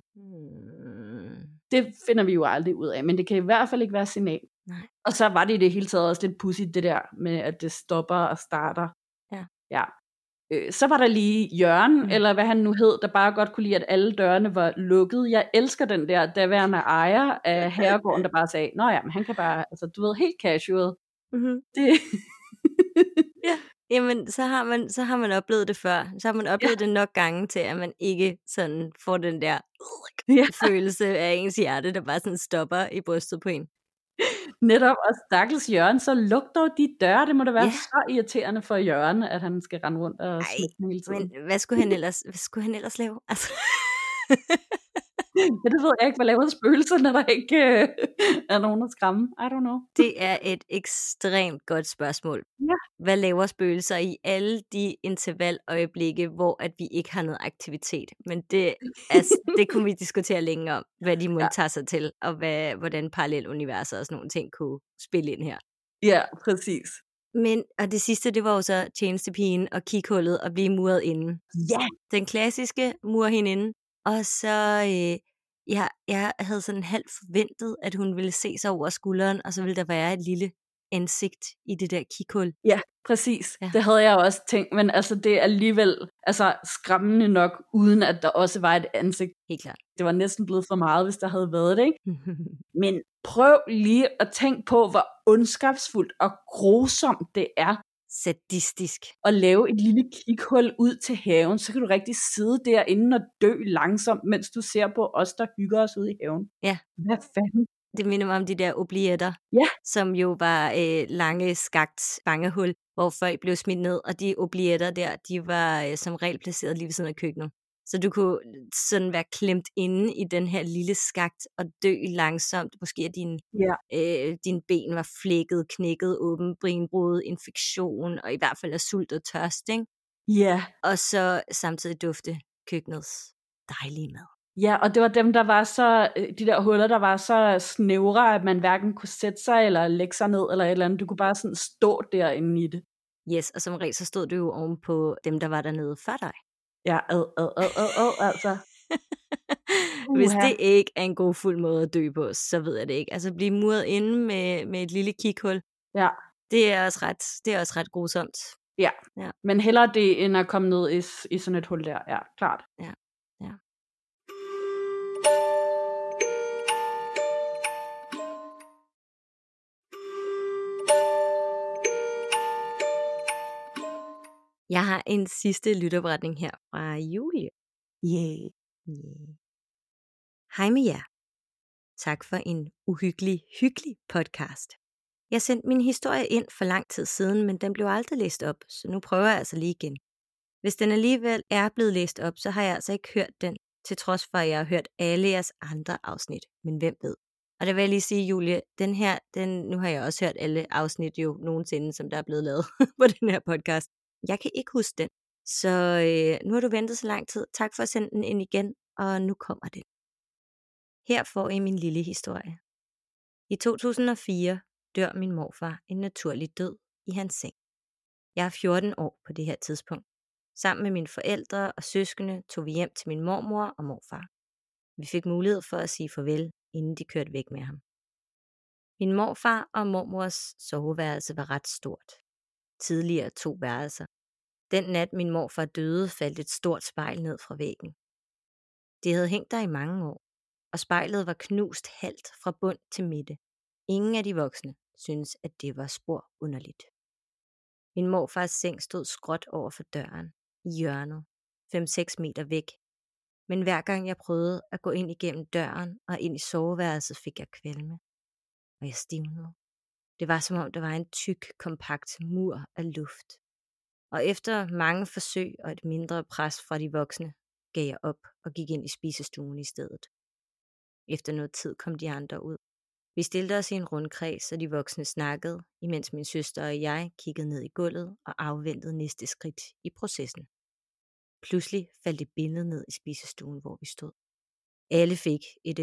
Det finder vi jo aldrig ud af, men det kan i hvert fald ikke være signal. Nej. Og så var det i det hele taget også lidt pudsigt, det der med, at det stopper og starter. Ja. Så var der lige Jørgen, eller hvad han nu hed, der bare godt kunne lide, at alle dørene var lukket. Jeg elsker den der daværende ejer af herregården, der bare sagde, nå ja, men han kan bare, altså du ved, helt casual. Det... ja. Jamen, så har man oplevet det før. Så har man oplevet det nok gange til, at man ikke sådan får den der følelse af ens hjerte, der bare sådan stopper i brystet på en. Netop, og stakkels Jørgen, så luk dog de døre. Det må da være så irriterende for Jørgen, at han skal rende rundt og smitte hele tiden. Men hvad skulle han ellers lave? Altså. Ja, det ved jeg ikke. Hvad laver spøgelser, når der ikke er nogen at skræmme? I don't know. Det er et ekstremt godt spørgsmål. Ja. Hvad laver spøgelser i alle de intervaløjeblikke, hvor at vi ikke har noget aktivitet? Men det kunne vi diskutere længe om, hvad de må tage sig til, og hvordan paralleluniverser og sådan nogle ting kunne spille ind her. Ja, præcis. Og det sidste, det var jo så tjenestepigen og kighullet og blive muret inde. Ja! Den klassiske mur hende inde. Og så, jeg havde sådan halvt forventet, at hun ville se sig over skulderen, og så ville der være et lille ansigt i det der kighul. Ja, præcis. Ja. Det havde jeg også tænkt, men altså det er alligevel skræmmende nok, uden at der også var et ansigt. Helt klart. Det var næsten blevet for meget, hvis der havde været det, ikke? Men prøv lige at tænke på, hvor ondskabsfuldt og grusomt det er. Sadistisk. At lave et lille kighul ud til haven, så kan du rigtig sidde derinde og dø langsomt, mens du ser på os, der hygger os ude i haven. Ja. Hvad fanden? Det minder mig om de der oublietter, som jo var lange skagt fangehul, hvor folk blev smidt ned, og de oublietter der, de var som regel placeret lige ved siden af køkkenet. Så du kunne sådan være klemt inde i den her lille skagt og dø langsomt. Måske at dine ben var flækket, knækket, åben, brinbrud, infektion, og i hvert fald af sult og tørst, ikke? Ja. Og så samtidig dufte køkkenets dejlige mad. Ja, og det var dem, der var så, de der huller, der var så snævre, at man hverken kunne sætte sig eller lægge sig ned eller et eller andet. Du kunne bare sådan stå derinde i det. Yes, og som regel så stod du jo oven på dem, der var dernede før dig. Ja, altså. Hvis det ikke er en god fuld måde at dø på, så ved jeg det ikke. Altså blive muret inde med et lille kighul. Ja. Det er også ret grusomt. Ja. Men hellere det, end at komme ned i sådan et hul der. Ja, klart. Ja. Jeg har en sidste lytopretning her fra Julie. Yeah. Hej med jer. Tak for en hyggelig podcast. Jeg sendte min historie ind for lang tid siden, men den blev aldrig læst op, så nu prøver jeg altså lige igen. Hvis den alligevel er blevet læst op, så har jeg altså ikke hørt den, til trods for, at jeg har hørt alle jeres andre afsnit. Men hvem ved? Og der vil jeg lige sige, Julie, nu har jeg også hørt alle afsnit jo nogensinde, som der er blevet lavet på den her podcast. Jeg kan ikke huske den. Så nu har du ventet så lang tid. Tak for at sende den ind igen, og nu kommer den. Her får I min lille historie. I 2004 dør min morfar en naturlig død i hans seng. Jeg er 14 år på det her tidspunkt. Sammen med mine forældre og søskende tog vi hjem til min mormor og morfar. Vi fik mulighed for at sige farvel, inden de kørte væk med ham. Min morfar og mormors soveværelse var ret stort. Tidligere 2 værelser. Den nat min morfar døde, faldt et stort spejl ned fra væggen. Det havde hængt der i mange år, og spejlet var knust halvt fra bund til midte. Ingen af de voksne syntes, at det var spor underligt. Min morfars seng stod skråt over for døren, i hjørnet, 5-6 meter væk. Men hver gang jeg prøvede at gå ind igennem døren og ind i soveværelset, fik jeg kvalme. Og jeg stivnede. Det var som om, der var en tyk, kompakt mur af luft. Og efter mange forsøg og et mindre pres fra de voksne, gav jeg op og gik ind i spisestuen i stedet. Efter noget tid kom de andre ud. Vi stillede os i en rundkreds, og de voksne snakkede, imens min søster og jeg kiggede ned i gulvet og afventede næste skridt i processen. Pludselig faldt et billede ned i spisestuen, hvor vi stod. Alle fik et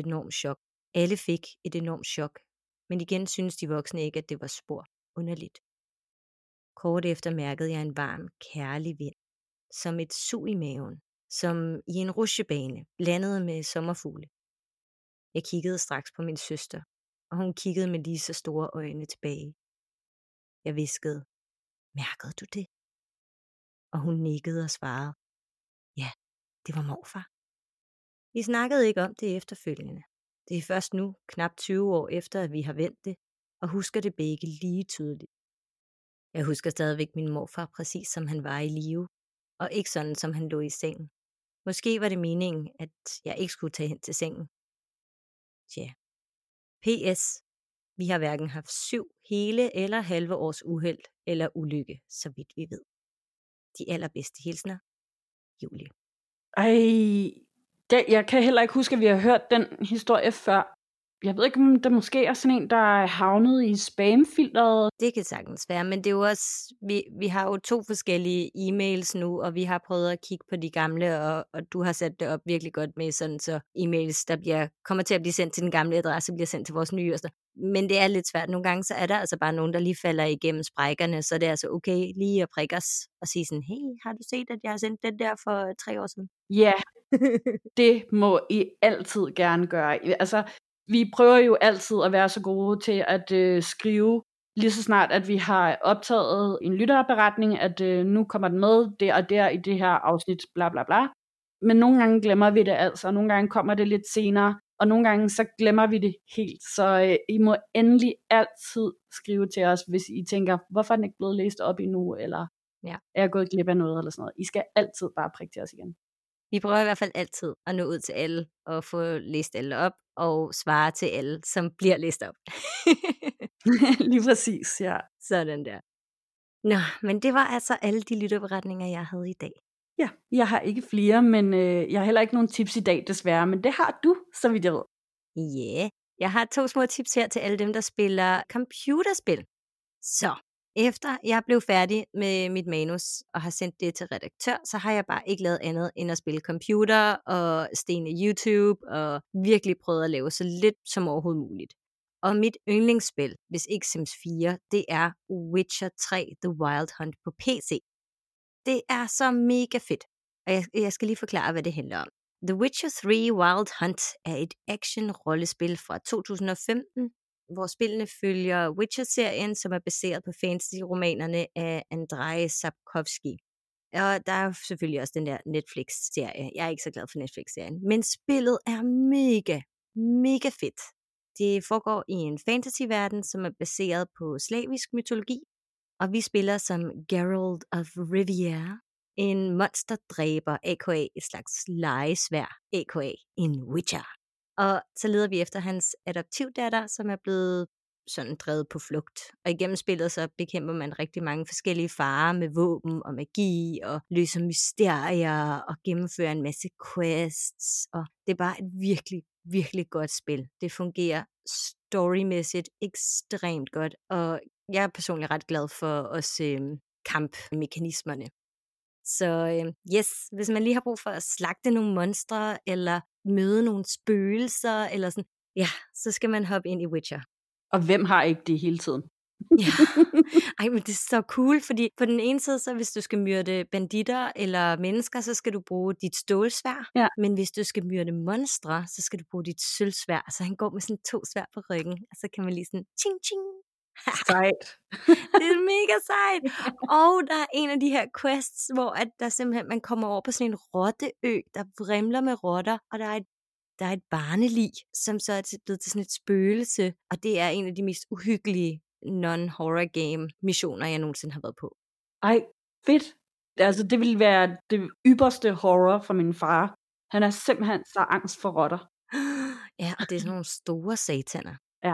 enormt chok. Men igen syntes de voksne ikke, at det var spor underligt. Kort efter mærkede jeg en varm, kærlig vind, som et sug i maven, som i en rutsjebane, blandet med sommerfugle. Jeg kiggede straks på min søster, og hun kiggede med lige så store øjne tilbage. Jeg hviskede, mærkede du det? Og hun nikkede og svarede, ja, det var morfar. Vi snakkede ikke om det efterfølgende. Det er først nu, knap 20 år efter, at vi har vendt det, og husker det begge lige tydeligt. Jeg husker stadigvæk min morfar præcis som han var i live, og ikke sådan som han lå i sengen. Måske var det meningen, at jeg ikke skulle tage hen til sengen. Tja. P.S. Vi har hverken haft 7 hele eller halve års uheld eller ulykke, så vidt vi ved. De allerbedste hilsner, Julie. Jeg kan heller ikke huske, at vi har hørt den historie før. Jeg ved ikke, om der måske er sådan en, der er havnet i spamfilteret. Det kan sagtens være, men det er jo også, vi har jo 2 forskellige e-mails nu, og vi har prøvet at kigge på de gamle, og du har sat det op virkelig godt med sådan, så e-mails, der kommer til at blive sendt til den gamle adresse, bliver sendt til vores nye. Men det er lidt svært. Nogle gange så er der altså bare nogen, der lige falder igennem sprækkerne, så det er altså okay lige at prikke os og sige sådan, hey, har du set, at jeg har sendt den der for 3 år siden? Ja, det må I altid gerne gøre. Altså, vi prøver jo altid at være så gode til at skrive, lige så snart, at vi har optaget en lytterberetning, at nu kommer den med der og der i det her afsnit, bla bla bla. Men nogle gange glemmer vi det altså, og nogle gange kommer det lidt senere, og nogle gange så glemmer vi det helt. Så I må endelig altid skrive til os, hvis I tænker, hvorfor er den ikke blevet læst op endnu, eller er jeg gået glip af noget, eller sådan noget. I skal altid bare prikke til os igen. Vi prøver i hvert fald altid at nå ud til alle og få læst alle op og svare til alle, som bliver læst op. Lige præcis, ja. Sådan der. Nå, men det var altså alle de lytterberetninger, jeg havde i dag. Ja, jeg har ikke flere, men jeg har heller ikke nogen tips i dag desværre, men det har du, så vidt jeg ved. Ja, jeg har 2 små tips her til alle dem, der spiller computerspil. Så, efter jeg blev færdig med mit manus og har sendt det til redaktør, så har jeg bare ikke lavet andet end at spille computer og stene YouTube og virkelig prøvet at lave så lidt som overhovedet muligt. Og mit yndlingsspil, hvis ikke Sims 4, det er Witcher 3 The Wild Hunt på PC. Det er så mega fedt, og jeg skal lige forklare, hvad det handler om. The Witcher 3 Wild Hunt er et action-rollespil fra 2015, hvor spillene følger Witcher-serien, som er baseret på fantasy-romanerne af Andrzej Sapkowski. Og der er selvfølgelig også den der Netflix-serie. Jeg er ikke så glad for Netflix-serien, men spillet er mega, mega fedt. Det foregår i en fantasy-verden, som er baseret på slavisk mytologi, og vi spiller som Geralt of Rivia, en monsterdræber, a.k.a. et slags lejesvær, a.k.a. en witcher. Og så leder vi efter hans adoptivdatter, som er blevet sådan drevet på flugt. Og igennem spillet så bekæmper man rigtig mange forskellige farer med våben og magi, og løser mysterier, og gennemfører en masse quests, og det er bare et virkelig, virkelig godt spil. Det fungerer storymæssigt ekstremt godt, og jeg er personligt ret glad for også kampmekanismerne. Så yes, hvis man lige har brug for at slagte nogle monstre, eller møde nogle spøgelser, eller sådan, ja, så skal man hoppe ind i Witcher. Og hvem har ikke det hele tiden? Ja. Ej, men det er så cool, fordi på den ene side, så hvis du skal myrde banditter eller mennesker, så skal du bruge dit stålsværd. Ja. Men hvis du skal myrde monstre, så skal du bruge dit sølvsværd. Altså han går med sådan 2 sværd på ryggen, og så kan man lige sådan, ching ching. Sejt. Det er mega sejt. Og der er en af de her quests, hvor at der simpelthen, man kommer over på sådan en rotteø, der vrimler med rotter, og der er et barnelig, som så er blevet til sådan et spøgelse, og det er en af de mest uhyggelige non-horror game missioner, jeg nogensinde har været på. Ej, fedt. Altså, det ville være det ypperste horror for min far. Han er simpelthen så angst for rotter. Ja, og det er sådan nogle store sataner. Ja,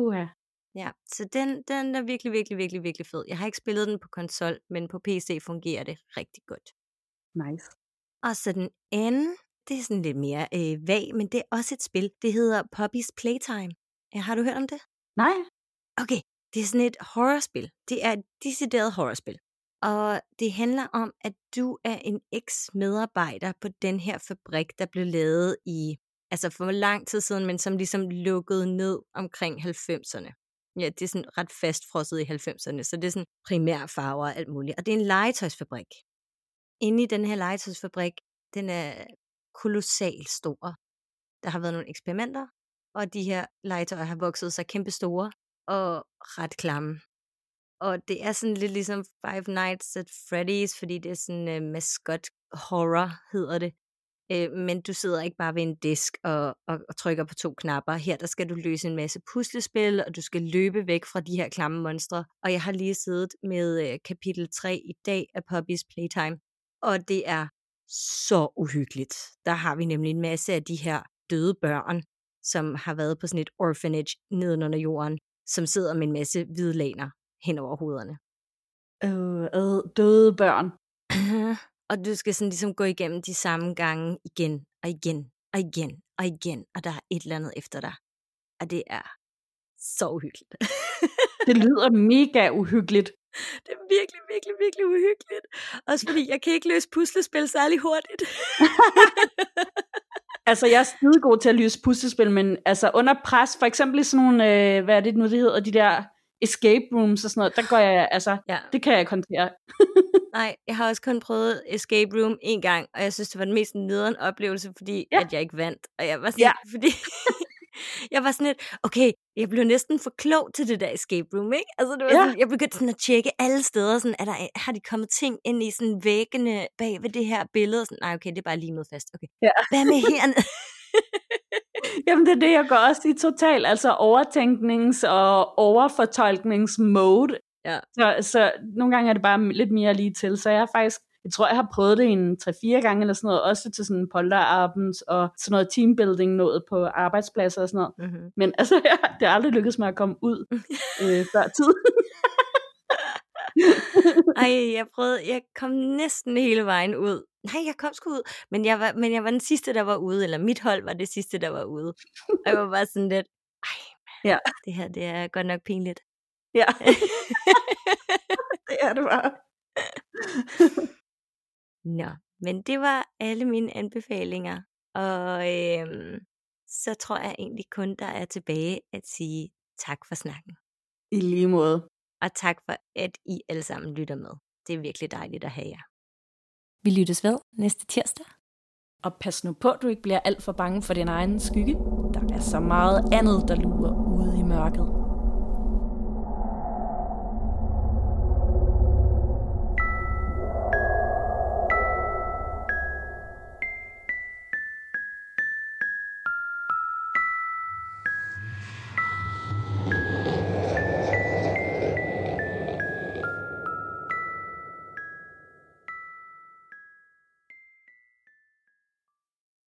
Ja, så den er virkelig, virkelig, virkelig, virkelig fed. Jeg har ikke spillet den på konsol, men på PC fungerer det rigtig godt. Nice. Og så den anden, det er sådan lidt mere vag, men det er også et spil. Det hedder Poppy's Playtime. Har du hørt om det? Nej. Okay, det er sådan et horrorspil. Det er et decideret horrorspil. Og det handler om, at du er en eks-medarbejder på den her fabrik, der blev lavet altså for lang tid siden, men som ligesom lukkede ned omkring 90'erne. Ja, det er sådan ret fastfrosset i 90'erne, så det er sådan primærfarver og alt muligt. Og det er en legetøjsfabrik. Inde i den her legetøjsfabrik, den er kolossalt stor. Der har været nogle eksperimenter, og de her legetøjer har vokset sig kæmpe store og ret klamme. Og det er sådan lidt ligesom Five Nights at Freddy's, fordi det er sådan mascot horror, hedder det. Men du sidder ikke bare ved en disk og trykker på 2 knapper. Her der skal du løse en masse puslespil, og du skal løbe væk fra de her klamme monstre. Og jeg har lige siddet med kapitel 3 i dag af Poppy's Playtime, og det er så uhyggeligt. Der har vi nemlig en masse af de her døde børn, som har været på sådan et orphanage nedenunder jorden, som sidder med en masse hvidlaner hen over hovederne. Døde børn. Og du skal sådan ligesom gå igennem de samme gange igen og igen og igen og igen, og der er et eller andet efter dig. Og det er så uhyggeligt. Det lyder mega uhyggeligt. Det er virkelig, virkelig, virkelig uhyggeligt. Også fordi jeg kan ikke løse puslespil særlig hurtigt. Altså, jeg er skidegod til at løse puslespil, men altså under pres, for eksempel i sådan nogle, hvad er det nu, det hedder, de der escape rooms og sådan noget, der går jeg, altså, det kan jeg ikke håndtere. Nej, jeg har også kun prøvet escape room en gang, og jeg synes, det var den mest nederen oplevelse, fordi at jeg ikke vandt. Og jeg var sådan, fordi jeg var sådan lidt, okay, jeg blev næsten for klog til det der escape room, ikke? Altså, det var sådan, jeg begyndte sådan at tjekke alle steder, sådan, har de kommet ting ind i sådan væggene bag ved det her billede? Og sådan, nej, okay, det er bare limet fast. Okay. Hvad med hernede? Jamen, det er det, jeg går også i total, altså overtænknings- og overfortolkningsmode. Ja. Så nogle gange er det bare lidt mere lige til, så jeg tror, jeg har prøvet det en 3-4 gange eller sådan noget, også til sådan polterabends og sådan noget teambuilding noget på arbejdspladser og sådan noget. Mm-hmm. Men altså, det er aldrig lykkedes mig at komme ud før tid. Jeg kom næsten hele vejen ud. Nej, jeg kom sgu ud, men jeg var den sidste, der var ude, eller mit hold var det sidste, der var ude. Og jeg var bare sådan lidt, det her, det er godt nok pinligt. Ja, det er det bare. Nå, men det var alle mine anbefalinger, og så tror jeg egentlig kun, der er tilbage at sige tak for snakken. I lige måde. Og tak for, at I alle sammen lytter med. Det er virkelig dejligt at have jer. Vi lyttes ved næste tirsdag. Og pas nu på, at du ikke bliver alt for bange for din egen skygge. Der er så meget andet, der lurer ude i mørket.